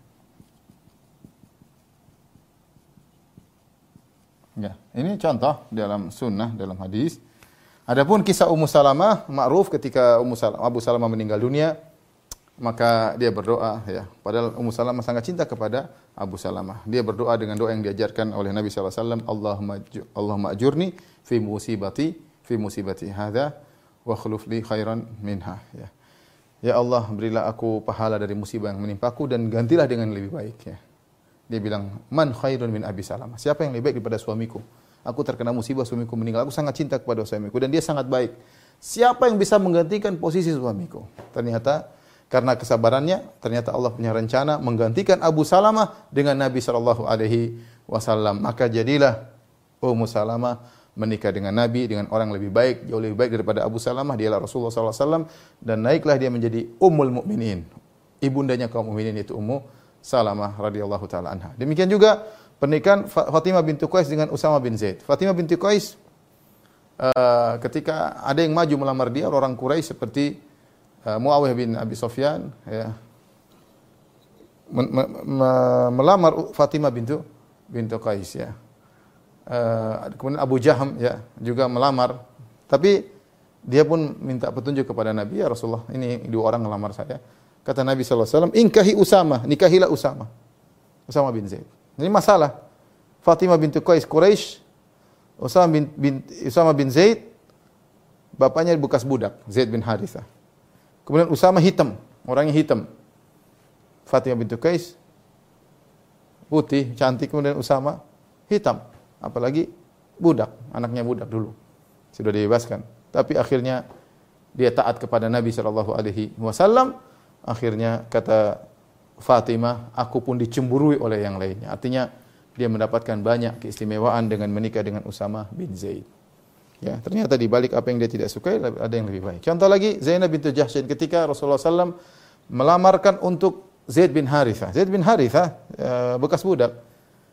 Ya, ini contoh dalam sunnah, dalam hadis. Adapun kisah Ummu Salamah, ma'ruf ketika Abu Salamah meninggal dunia, maka dia berdoa, ya. Padahal Ummu Salamah sangat cinta kepada Abu Salamah. Dia berdoa dengan doa yang diajarkan oleh Nabi sallallahu alaihi wasallam, Allahumma ajurni fi musibati hadza wa khuluf li khairan minha, ya. Ya Allah, berilah aku pahala dari musibah yang menimpaku dan gantilah dengan lebih baik, ya. Dia bilang, man khairun min Abi Salamah? Siapa yang lebih baik daripada suamiku? Aku terkena musibah, suamiku meninggal. Aku sangat cinta kepada suamiku dan dia sangat baik. Siapa yang bisa menggantikan posisi suamiku? Ternyata karena kesabarannya, ternyata Allah punya rencana menggantikan Abu Salamah dengan Nabi sallallahu alaihi wasallam. Maka jadilah Ummu Salamah menikah dengan Nabi, dengan orang lebih baik, jauh lebih baik daripada Abu Salamah. Dialah Rasulullah sallallahu alaihi wasallam, dan naiklah dia menjadi Ummul Mukminin, ibundanya kaum mukminin, yaitu Ummu Salamah radhiyallahu taala anha. Demikian juga pernikahan Fatimah binti Qais dengan Usama bin Zaid. Fatimah binti Qais ketika ada yang maju melamar dia, orang Quraisy seperti Muawiyah bin Abi Sufyan, ya, melamar Fatimah binti Qais, ya. Kemudian Abu Jaham, ya, juga melamar, tapi dia pun minta petunjuk kepada Nabi, ya Rasulullah, ini dua orang melamar saya. Kata Nabi sallallahu alaihi wasallam, "Inkahi Usama, nikahilah Usama bin Zaid." Ini masalah. Fatimah binti Qais Quraisy, Usama bin Zaid, bapaknya bekas budak, Zaid bin Harithah. Kemudian Usama hitam, orangnya hitam. Fatimah binti Qais putih, cantik, kemudian Usama hitam. Apalagi budak, anaknya budak dulu. Sudah dibebaskan. Tapi akhirnya dia taat kepada Nabi sallallahu alaihi wasallam. Akhirnya kata Fatimah, aku pun dicemburui oleh yang lainnya. Artinya dia mendapatkan banyak keistimewaan dengan menikah dengan Usama bin Zaid. Ya, ternyata di balik apa yang dia tidak sukai ada yang lebih baik. Contoh lagi, Zainab binti Jahshin ketika Rasulullah SAW melamarkan untuk Zaid bin Harithah. Zaid bin Harithah bekas budak.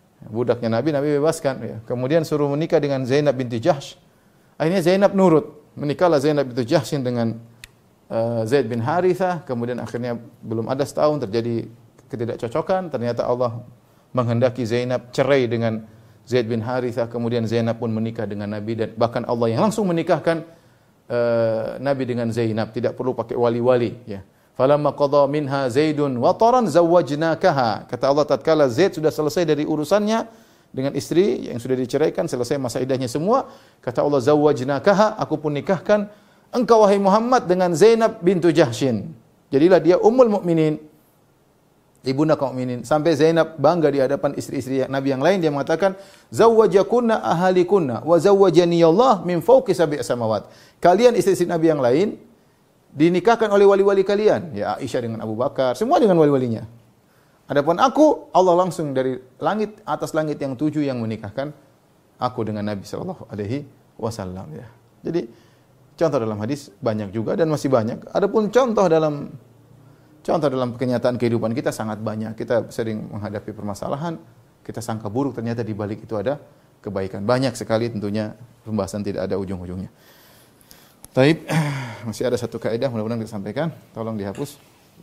Budaknya Nabi bebaskan. Ya. Kemudian suruh menikah dengan Zainab binti Jahsh. Akhirnya Zainab nurut. Menikahlah Zainab bintu Jahsy dengan Zaid bin Harithah, kemudian akhirnya belum ada setahun terjadi ketidakcocokan, ternyata Allah menghendaki Zainab cerai dengan Zaid bin Harithah, kemudian Zainab pun menikah dengan Nabi, dan bahkan Allah yang langsung menikahkan Nabi dengan Zainab, tidak perlu pakai wali-wali, ya. Falamma qada minha Zaidun wataran zawwajnakaha. Kata Allah, tatkala Zaid sudah selesai dari urusannya dengan istri yang sudah diceraikan, selesai masa iddahnya semua, kata Allah, zawwajnakaha, aku pun nikahkan engkau wahai Muhammad dengan Zainab bintu Jahsyin. Jadilah dia ummul mukminin, ibunda kaum mukminin. Sampai Zainab bangga di hadapan istri-istri Nabi yang lain, dia mengatakan, zawwajakunna ahalikunna wa zawwajani Allah min fawqi sab'i samawat. Kalian istri-istri Nabi yang lain dinikahkan oleh wali-wali kalian, ya Aisyah dengan Abu Bakar, semua dengan wali-walinya. Adapun aku, Allah langsung dari langit, atas langit yang 7 yang menikahkan aku dengan Nabi sallallahu alaihi wasallam, ya. Jadi contoh dalam hadis banyak juga dan masih banyak. Adapun contoh dalam kenyataan kehidupan kita sangat banyak. Kita sering menghadapi permasalahan, kita sangka buruk, ternyata di balik itu ada kebaikan. Banyak sekali, tentunya pembahasan tidak ada ujung-ujungnya. Taib, masih ada satu kaidah, mudah-mudahan kita sampaikan. Tolong dihapus.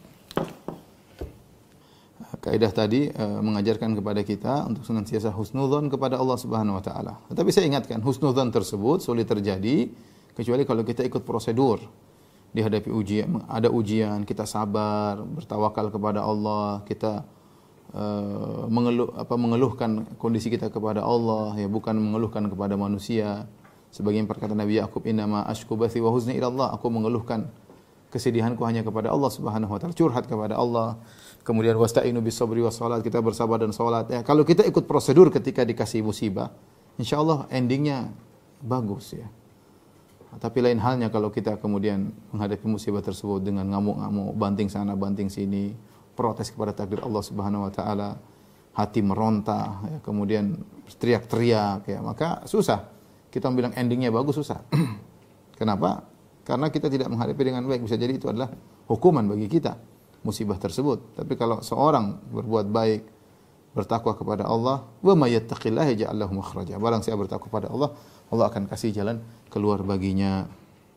Kaidah tadi mengajarkan kepada kita untuk senantiasa husnudzon kepada Allah Subhanahu wa taala. Tetapi saya ingatkan, husnudzon tersebut sulit terjadi kecuali kalau kita ikut prosedur. Dihadapi ujian, ada ujian, kita sabar, bertawakal kepada Allah, kita mengeluhkan kondisi kita kepada Allah, ya, bukan mengeluhkan kepada manusia. Sebagian perkataan Nabi Yakub, innama ashku bathi wa huzni ila Allah, aku mengeluhkan kesedihanku hanya kepada Allah Subhanahu wa taala, curhat kepada Allah. Kemudian wasta'inu bis sabri was salat, kita bersabar dan salat. Ya, kalau kita ikut prosedur ketika dikasih musibah, insyaallah endingnya bagus, ya. Tapi lain halnya kalau kita kemudian menghadapi musibah tersebut dengan ngamuk-ngamuk, banting sana banting sini, protes kepada takdir Allah Subhanahu wa taala, hati meronta, ya, kemudian teriak-teriak, ya, maka susah. Kita bilang endingnya bagus, susah. Kenapa? Karena kita tidak menghadapi dengan baik. Bisa jadi itu adalah hukuman bagi kita, musibah tersebut. Tapi kalau seorang berbuat baik, bertakwa kepada Allah, wa may yattaqillaha yaj'al lahu makhraja. Barang siapa bertakwa kepada Allah, Allah akan kasih jalan keluar baginya.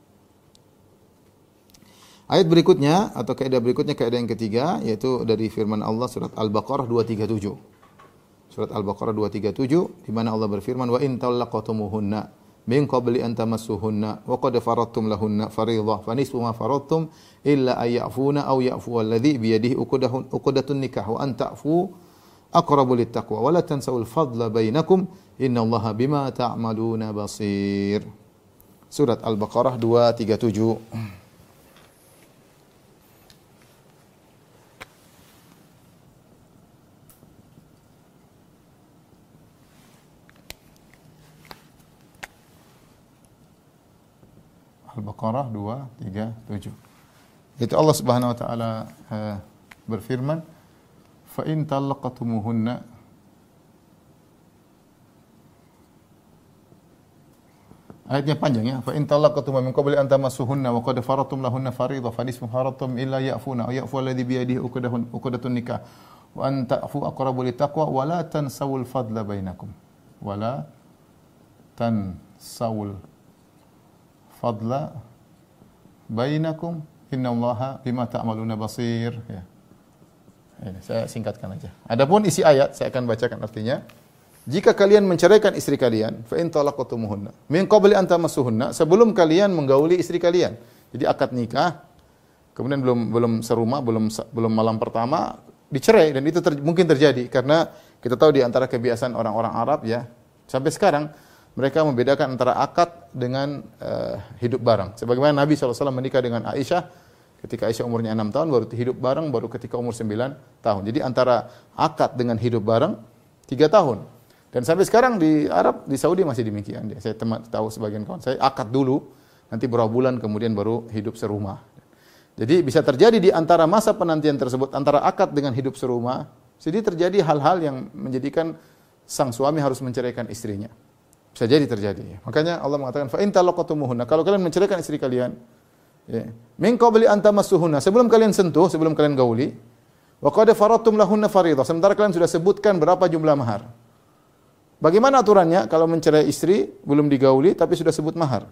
Ayat berikutnya atau kaidah berikutnya, kaidah yang ketiga, yaitu dari firman Allah surat Al-Baqarah 237. Surat Al-Baqarah 237, di mana Allah berfirman, wa in talaqtumuhunna min qabli an tamassuhunna wa qad faradtum lahunna fariidhah fa nisfu ma faradtum illa ay ya'funa aw ya'fu alladhi bi yadihi uqdatun nikah wa an ta'fu aqrabu littaqwa wa la tansawul fadla bainakum innallaha bima ta'maluna basir. Surat Al-Baqarah 237. Al-Baqarah 237. Itu Allah Subhanahu wa taala berfirman, fa in talaqtumuhunna, ayatnya panjang, ya. Fa in talaqtum min qabli an tamassuhunna wa qad faradtum lahunna fariidha fa nisfu faradtum illa ya'funa aw ya'fu alladhi bi yadihi uqdatun nikah wa an ta'fu aqrabu littaqwa wa la tansawul fadla bainakum. Wa la tansawul fadla bainakum innallaha bima ta'maluna basir, ya. Ini saya singkatkan aja. Adapun isi ayat saya akan bacakan artinya. Jika kalian menceraikan istri kalian, fa in talaqtumuhunna min qabli an tamassuhunna, sebelum kalian menggauli istri kalian. Jadi akad nikah, kemudian belum serumah, belum malam pertama dicerai, dan itu mungkin terjadi karena kita tahu di antara kebiasaan orang-orang Arab, ya, sampai sekarang mereka membedakan antara akad dengan hidup bareng. Sebagaimana Nabi SAW menikah dengan Aisyah ketika Aisyah umurnya 6 tahun, baru hidup bareng baru ketika umur 9 tahun. Jadi antara akad dengan hidup bareng 3 tahun. Dan sampai sekarang di Arab, di Saudi masih demikian. Saya tahu sebagian kawan saya akad dulu, nanti berapa bulan kemudian baru hidup serumah. Jadi bisa terjadi di antara masa penantian tersebut, antara akad dengan hidup serumah, jadi terjadi hal-hal yang menjadikan sang suami harus menceraikan istrinya. Bisa jadi terjadi, ya. Makanya Allah mengatakan fa in talaqtumuhunna, kalau kalian menceraikan istri kalian, ya, min qabli an tamassuhunna, sebelum kalian sentuh, sebelum kalian gauli, wa qad faradtum lahunna fariidhah, sementara kalian sudah sebutkan berapa jumlah mahar. Bagaimana aturannya kalau mencerai istri belum digauli tapi sudah sebut mahar?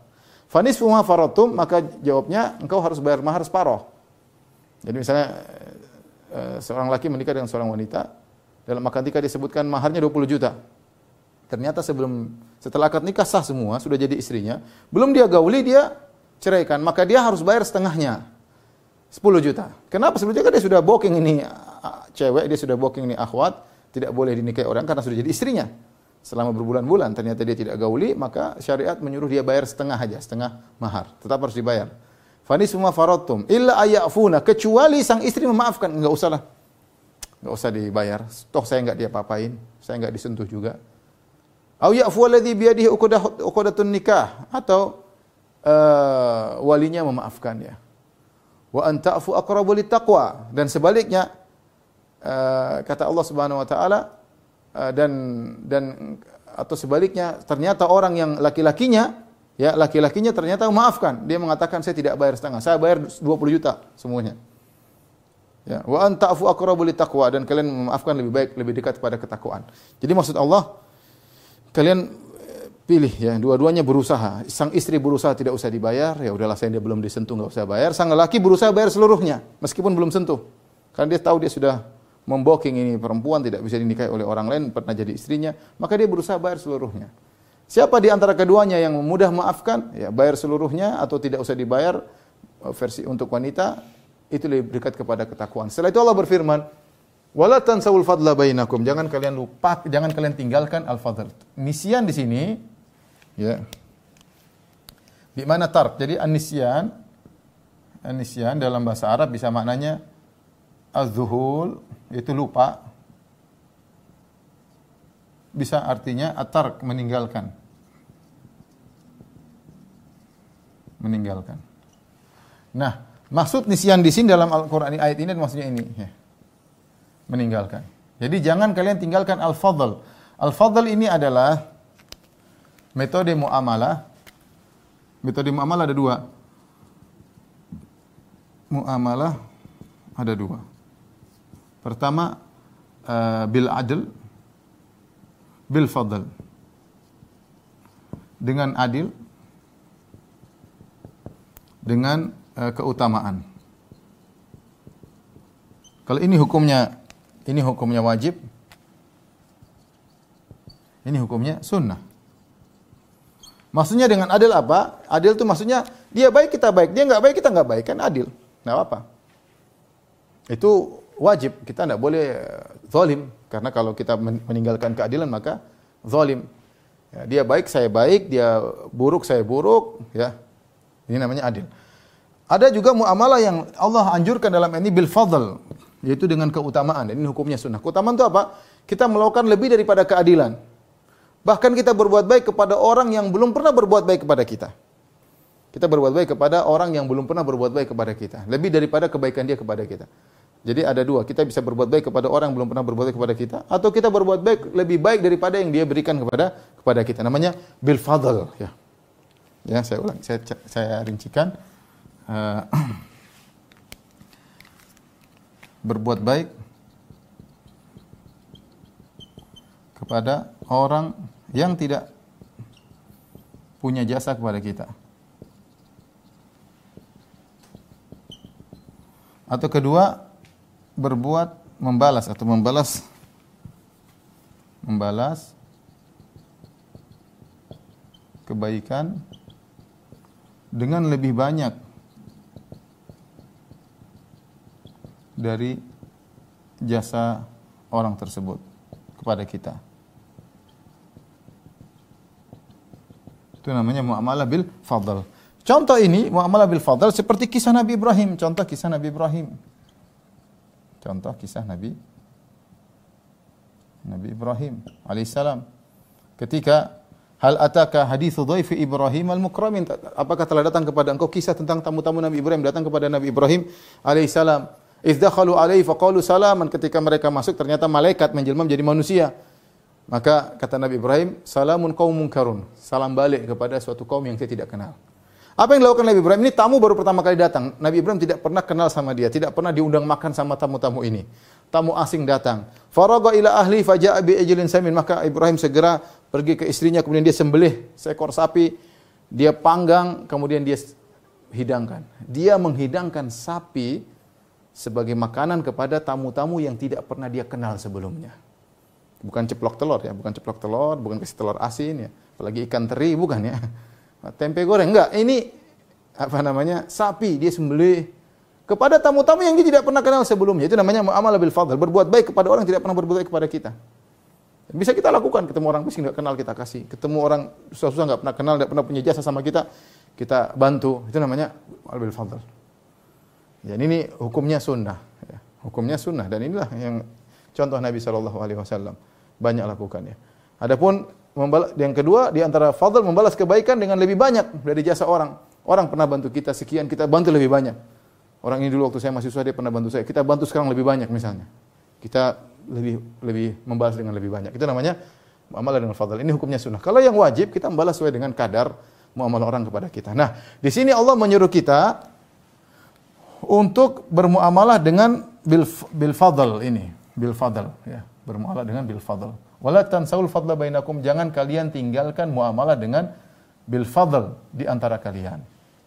Fanisfu ma faradtum, maka jawabnya engkau harus bayar mahar separuh. Jadi misalnya seorang laki menikah dengan seorang wanita, dalam akad nikah disebutkan maharnya 20 juta. Ternyata setelah akad nikah sah semua, sudah jadi istrinya, belum dia gauli, dia ceraikan, maka dia harus bayar setengahnya, 10 juta. Kenapa? 10 juta? Dia sudah booking ini cewek, dia sudah booking ini akhwat, tidak boleh dinikahi orang karena sudah jadi istrinya. Selama berbulan-bulan, ternyata dia tidak gauli, maka syariat menyuruh dia bayar setengah aja, setengah mahar. Tetap harus dibayar. Fanisfu ma faradtum illa ayafuna, kecuali sang istri memaafkan, enggak usah dibayar. Toh saya enggak diapa-apain, saya enggak disentuh juga. Au ya'fu alladhi bi yadihi uqdatun nikah, atau walinya memaafkan ya. Wa an ta'fu aqrabu littaqwa, dan sebaliknya kata Allah Subhanahu wa taala dan atau sebaliknya ternyata orang yang laki-lakinya ternyata memaafkan. Dia mengatakan saya tidak bayar setengah, saya bayar 20 juta semuanya. Ya, wa an ta'fu aqrabu littaqwa, dan kalian memaafkan lebih baik, lebih dekat kepada ketakwaan. Jadi maksud Allah, kalian pilih ya, dua-duanya berusaha. Sang istri berusaha tidak usah dibayar, ya udahlah saya dia belum disentuh enggak usah bayar. Sang lelaki berusaha bayar seluruhnya meskipun belum sentuh. Karena dia tahu dia sudah membooking ini perempuan, tidak bisa dinikahi oleh orang lain, pernah jadi istrinya, maka dia berusaha bayar seluruhnya. Siapa di antara keduanya yang mudah maafkan, ya bayar seluruhnya atau tidak usah dibayar, versi untuk wanita itu lebih dekat kepada ketakwaan. Setelah itu Allah berfirman, wala tansawul fadla bainakum, jangan kalian lupa, jangan kalian tinggalkan al-fadl. Nisyan di sini ya bi mana tark. Jadi an-nisyan dalam bahasa Arab bisa maknanya az-zuhul, itu lupa. Bisa artinya at-tark, meninggalkan. Nah, maksud nisyan di sini dalam Al-Qur'an ayat ini maksudnya ini ya. Meninggalkan. Jadi jangan kalian tinggalkan al-fadl. Al-fadl ini adalah metode muamalah. Metode muamalah ada dua. Muamalah ada dua. Pertama bil adl, bil fadl. Dengan adil, dengan keutamaan. Kalau ini hukumnya wajib, ini hukumnya sunnah. Maksudnya dengan adil apa? Adil itu maksudnya dia baik kita baik, dia enggak baik kita enggak baik, kan adil. Enggak apa-apa. Itu wajib, kita enggak boleh zalim, karena kalau kita meninggalkan keadilan maka zalim. Ya, dia baik, saya baik, dia buruk, saya buruk, ya. Ini namanya adil. Ada juga muamalah yang Allah anjurkan dalam ini bil fadl, yaitu dengan keutamaan. Dan ini hukumnya sunnah. Keutamaan itu apa? Kita melakukan lebih daripada keadilan. Bahkan kita berbuat baik kepada orang yang belum pernah berbuat baik kepada kita. Kita berbuat baik kepada orang yang belum pernah berbuat baik kepada kita. Lebih daripada kebaikan dia kepada kita. Jadi ada dua. Kita bisa berbuat baik kepada orang yang belum pernah berbuat baik kepada kita. Atau kita berbuat baik lebih baik daripada yang dia berikan kepada kita. Namanya bil fadl. Ya, saya ulang. Saya rincikan. Berbuat baik kepada orang yang tidak punya jasa kepada kita. Atau kedua, membalas kebaikan dengan lebih banyak dari jasa orang tersebut kepada kita. Itu namanya muamalah bil fadl. Contoh ini muamalah bil fadl seperti kisah Nabi Ibrahim. Contoh kisah Nabi Ibrahim alaihissalam. Ketika hal ataka haditsu dhaifi Ibrahim al-mukramin, apakah telah datang kepada engkau kisah tentang tamu-tamu Nabi Ibrahim datang kepada Nabi Ibrahim alaihissalam? Idz dakhalu alaihi faqalu salaman, ketika mereka masuk ternyata malaikat menjelma menjadi manusia. Maka kata Nabi Ibrahim, salamun qaumun munkarun, salam balik kepada suatu kaum yang saya tidak kenal. Apa yang dilakukan Nabi Ibrahim? Ini tamu baru pertama kali datang. Nabi Ibrahim tidak pernah kenal sama dia, tidak pernah diundang makan sama tamu-tamu ini. Tamu asing datang. Faraga ila ahli faja'a bi ajlin samin, maka Ibrahim segera pergi ke istrinya, kemudian dia sembelih seekor sapi, Dia panggang, kemudian dia hidangkan. Dia menghidangkan sapi sebagai makanan kepada tamu-tamu yang tidak pernah dia kenal sebelumnya. Bukan ceplok telur ya, bukan ceplok telur, bukan kasih telur asin ya, apalagi ikan teri, bukan ya. Tempe goreng, enggak. Ini sapi dia sembelih kepada tamu-tamu yang dia tidak pernah kenal sebelumnya. Itu namanya muamalah bil fadl, berbuat baik kepada orang yang tidak pernah berbuat baik kepada kita. Bisa kita lakukan, ketemu orang miskin nggak kenal kita kasih, ketemu orang susah-susah nggak pernah kenal, nggak pernah punya jasa sama kita, kita bantu. Itu namanya bil fadl. Ya, ini hukumnya sunnah. Ya. Hukumnya sunnah, dan inilah yang contoh Nabi SAW banyak lakukan ya. Adapun yang kedua di antara fadl, membalas kebaikan dengan lebih banyak dari jasa orang. Orang pernah bantu kita sekian, kita bantu lebih banyak. Orang ini dulu waktu saya masih susah dia pernah bantu saya, kita bantu sekarang lebih banyak misalnya. Kita lebih membalas dengan lebih banyak. Itu namanya muamalah dengan fadl. Ini hukumnya sunnah. Kalau yang wajib kita membalas sesuai dengan kadar muamalah orang kepada kita. Nah, di sini Allah menyuruh kita untuk bermuamalah dengan bil fadl ini, bil fadl ya, bermuamalah dengan bil fadl. Wala tansaul fadla bainakum, jangan kalian tinggalkan muamalah dengan bil fadl di antara kalian.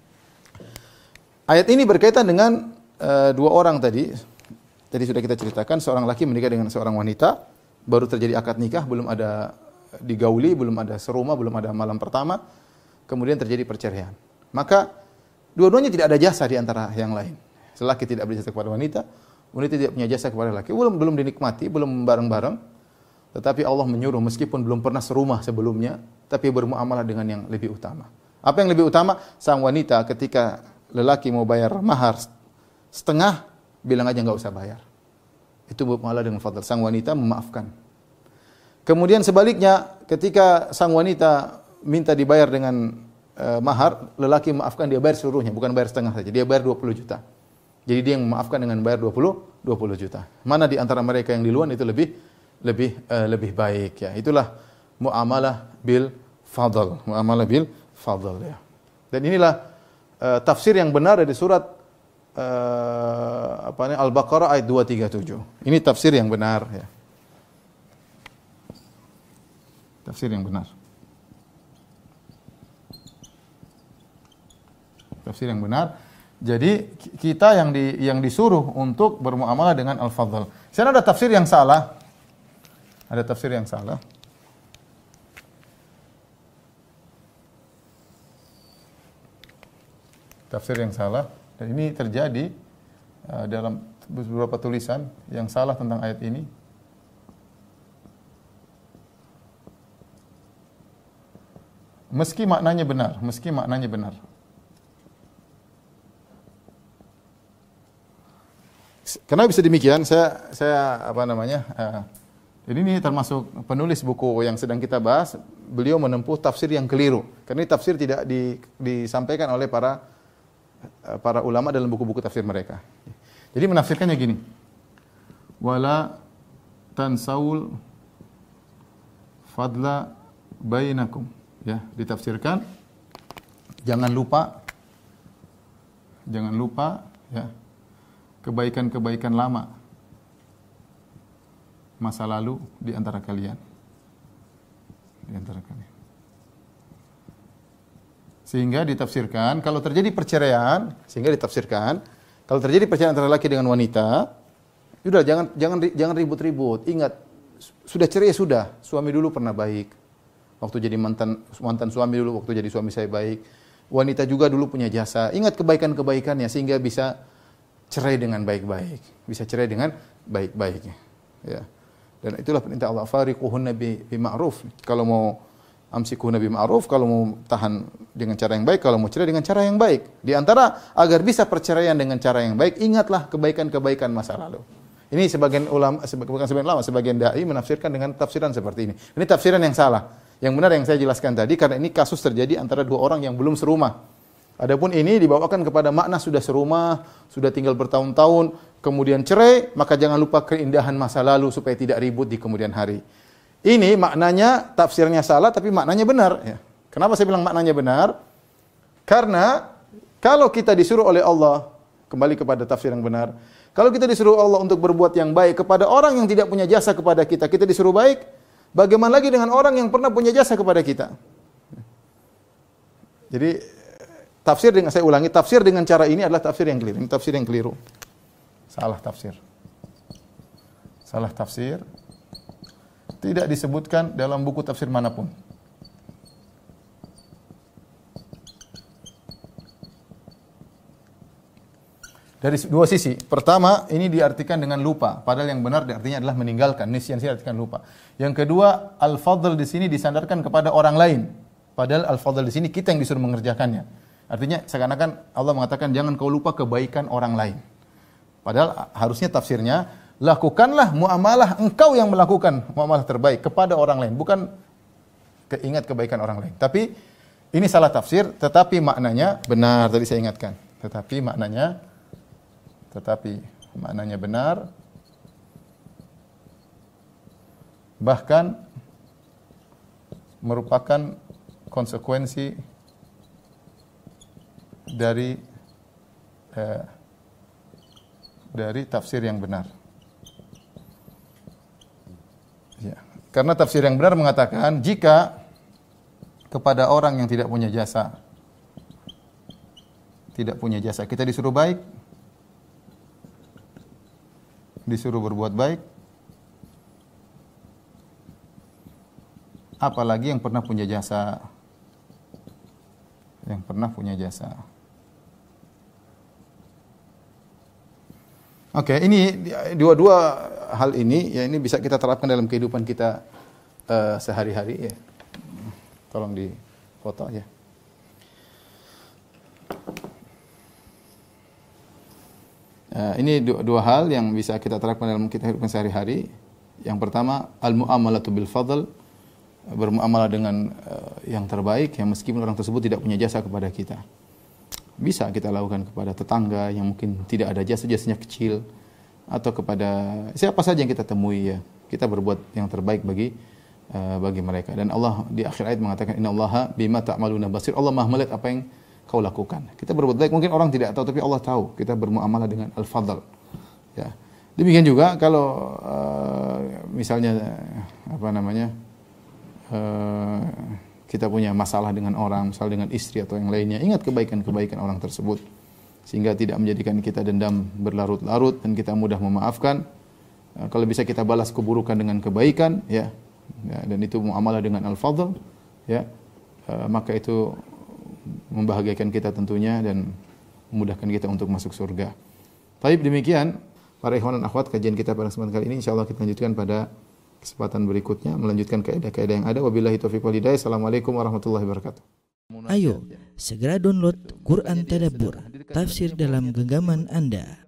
Ayat ini berkaitan dengan dua orang tadi. Tadi sudah kita ceritakan, seorang laki menikah dengan seorang wanita, baru terjadi akad nikah, belum ada digauli, belum ada serumah, belum ada malam pertama, kemudian terjadi perceraian. Maka dua-duanya tidak ada jasa di antara yang lain. Laki tidak berjasa kepada wanita, wanita tidak punya jasa kepada laki. Belum dinikmati, belum bareng-bareng, tetapi Allah menyuruh meskipun belum pernah serumah sebelumnya, tapi bermuamalah dengan yang lebih utama. Apa yang lebih utama? Sang wanita ketika lelaki mau bayar mahar setengah, bilang aja nggak usah bayar. Itu muamalah dengan fadl. Sang wanita memaafkan. Kemudian sebaliknya, ketika sang wanita minta dibayar dengan mahar, lelaki memaafkan, dia bayar seluruhnya, bukan bayar setengah saja. Dia bayar 20 juta. Jadi dia yang memaafkan dengan bayar 20 juta. Mana di antara mereka yang duluan itu lebih baik ya. Itulah muamalah bil fadl. Muamalah bil fadl ya. Dan inilah tafsir yang benar dari surat Al-Baqarah ayat 237. Ini tafsir yang benar ya. Tafsir yang benar. Tafsir yang benar. Jadi kita yang disuruh untuk bermuamalah dengan al-fadl. Sana ada tafsir yang salah. Ada tafsir yang salah. Tafsir yang salah. Dan ini terjadi dalam beberapa tulisan yang salah tentang ayat ini. Meski maknanya benar. Kenapa bisa demikian? Jadi ini termasuk penulis buku yang sedang kita bahas, beliau menempuh tafsir yang keliru. Karena ini tafsir tidak disampaikan oleh para ulama dalam buku-buku tafsir mereka. Jadi menafsirkannya gini. Wala tansaul fadla bainakum. Ya, ditafsirkan jangan lupa ya, kebaikan-kebaikan lama masa lalu di antara kalian. Sehingga ditafsirkan kalau terjadi perceraian, kalau terjadi perceraian antara laki dengan wanita, sudah jangan ribut-ribut. Ingat, sudah cerai sudah. Suami dulu pernah baik. Waktu jadi mantan suami dulu, waktu jadi suami saya baik. Wanita juga dulu punya jasa. Ingat kebaikan-kebaikannya sehingga bisa cerai dengan baik-baik. Bisa cerai dengan baik-baiknya. Ya. Dan itulah perintah Allah, fariquhunna bi ma'ruf. Kalau mau amsikuhunna bi ma'ruf, kalau mau tahan dengan cara yang baik, kalau mau cerai dengan cara yang baik. Di antara agar bisa perceraian dengan cara yang baik, ingatlah kebaikan-kebaikan masa lalu. Ini sebagian ulama, sebagian dai menafsirkan dengan tafsiran seperti ini. Ini tafsiran yang salah. Yang benar yang saya jelaskan tadi, karena ini kasus terjadi antara dua orang yang belum serumah. Adapun ini dibawakan kepada makna sudah serumah, sudah tinggal bertahun-tahun, kemudian cerai, maka jangan lupa keindahan masa lalu supaya tidak ribut di kemudian hari. Ini maknanya, tafsirnya salah, tapi maknanya benar. Ya. Kenapa saya bilang maknanya benar? Karena kalau kita disuruh oleh Allah, kembali kepada tafsir yang benar, kalau kita disuruh Allah untuk berbuat yang baik kepada orang yang tidak punya jasa kepada kita, kita disuruh baik, bagaimana lagi dengan orang yang pernah punya jasa kepada kita? Jadi tafsir dengan, saya ulangi, tafsir dengan cara ini adalah tafsir yang keliru. Ini tafsir yang keliru. Salah tafsir. Salah tafsir. Tidak disebutkan dalam buku tafsir manapun. Dari dua sisi. Pertama, ini diartikan dengan lupa, padahal yang benar artinya adalah meninggalkan. Nisyan sini artikan lupa. Yang kedua, al-fadl di sini disandarkan kepada orang lain. Padahal al-fadl di sini kita yang disuruh mengerjakannya. Artinya seakan-akan Allah mengatakan jangan kau lupa kebaikan orang lain. Padahal harusnya tafsirnya, lakukanlah muamalah engkau yang melakukan muamalah terbaik kepada orang lain, bukan keingat kebaikan orang lain. Tapi ini salah tafsir, tetapi maknanya benar, tadi saya ingatkan. Tetapi maknanya benar. Bahkan merupakan konsekuensi dari tafsir yang benar. Ya. Karena tafsir yang benar mengatakan jika kepada orang yang tidak punya jasa kita disuruh baik, disuruh berbuat baik, apalagi yang pernah punya jasa. Oke, ini dua-dua hal ini ya, ini bisa kita terapkan dalam kehidupan kita sehari-hari ya. Tolong dipoto ya. Ini dua hal yang bisa kita terapkan dalam kehidupan sehari-hari. Yang pertama, al-mu'amalatu bil fadl, bermuamalah dengan yang terbaik, yang meskipun orang tersebut tidak punya jasa kepada kita. Bisa kita lakukan kepada tetangga yang mungkin tidak ada jasanya kecil, atau kepada siapa saja yang kita temui ya. Kita berbuat yang terbaik bagi mereka. Dan Allah di akhir ayat mengatakan innallaha bima ta'maluna basir. Allah Maha melihat apa yang kau lakukan. Kita berbuat baik, mungkin orang tidak tahu, tapi Allah tahu. Kita bermuamalah dengan al-fadl. Ya. Demikian juga kalau misalnya kita punya masalah dengan orang, misal dengan istri atau yang lainnya, ingat kebaikan-kebaikan orang tersebut sehingga tidak menjadikan kita dendam berlarut-larut dan kita mudah memaafkan. Kalau bisa kita balas keburukan dengan kebaikan ya, dan itu muamalah dengan al-fadl ya, maka itu membahagiakan kita tentunya dan memudahkan kita untuk masuk surga. Baik, demikian para ikhwan dan akhwat kajian kita pada kesempatan kali ini. Insyaallah kita lanjutkan pada kesempatan berikutnya, melanjutkan kaidah-kaidah yang ada. Wabillahi taufiq wal hidayah. Assalamualaikum warahmatullahi wabarakatuh. Ayo, segera download Quran Tadabbur, tafsir dalam genggaman Anda.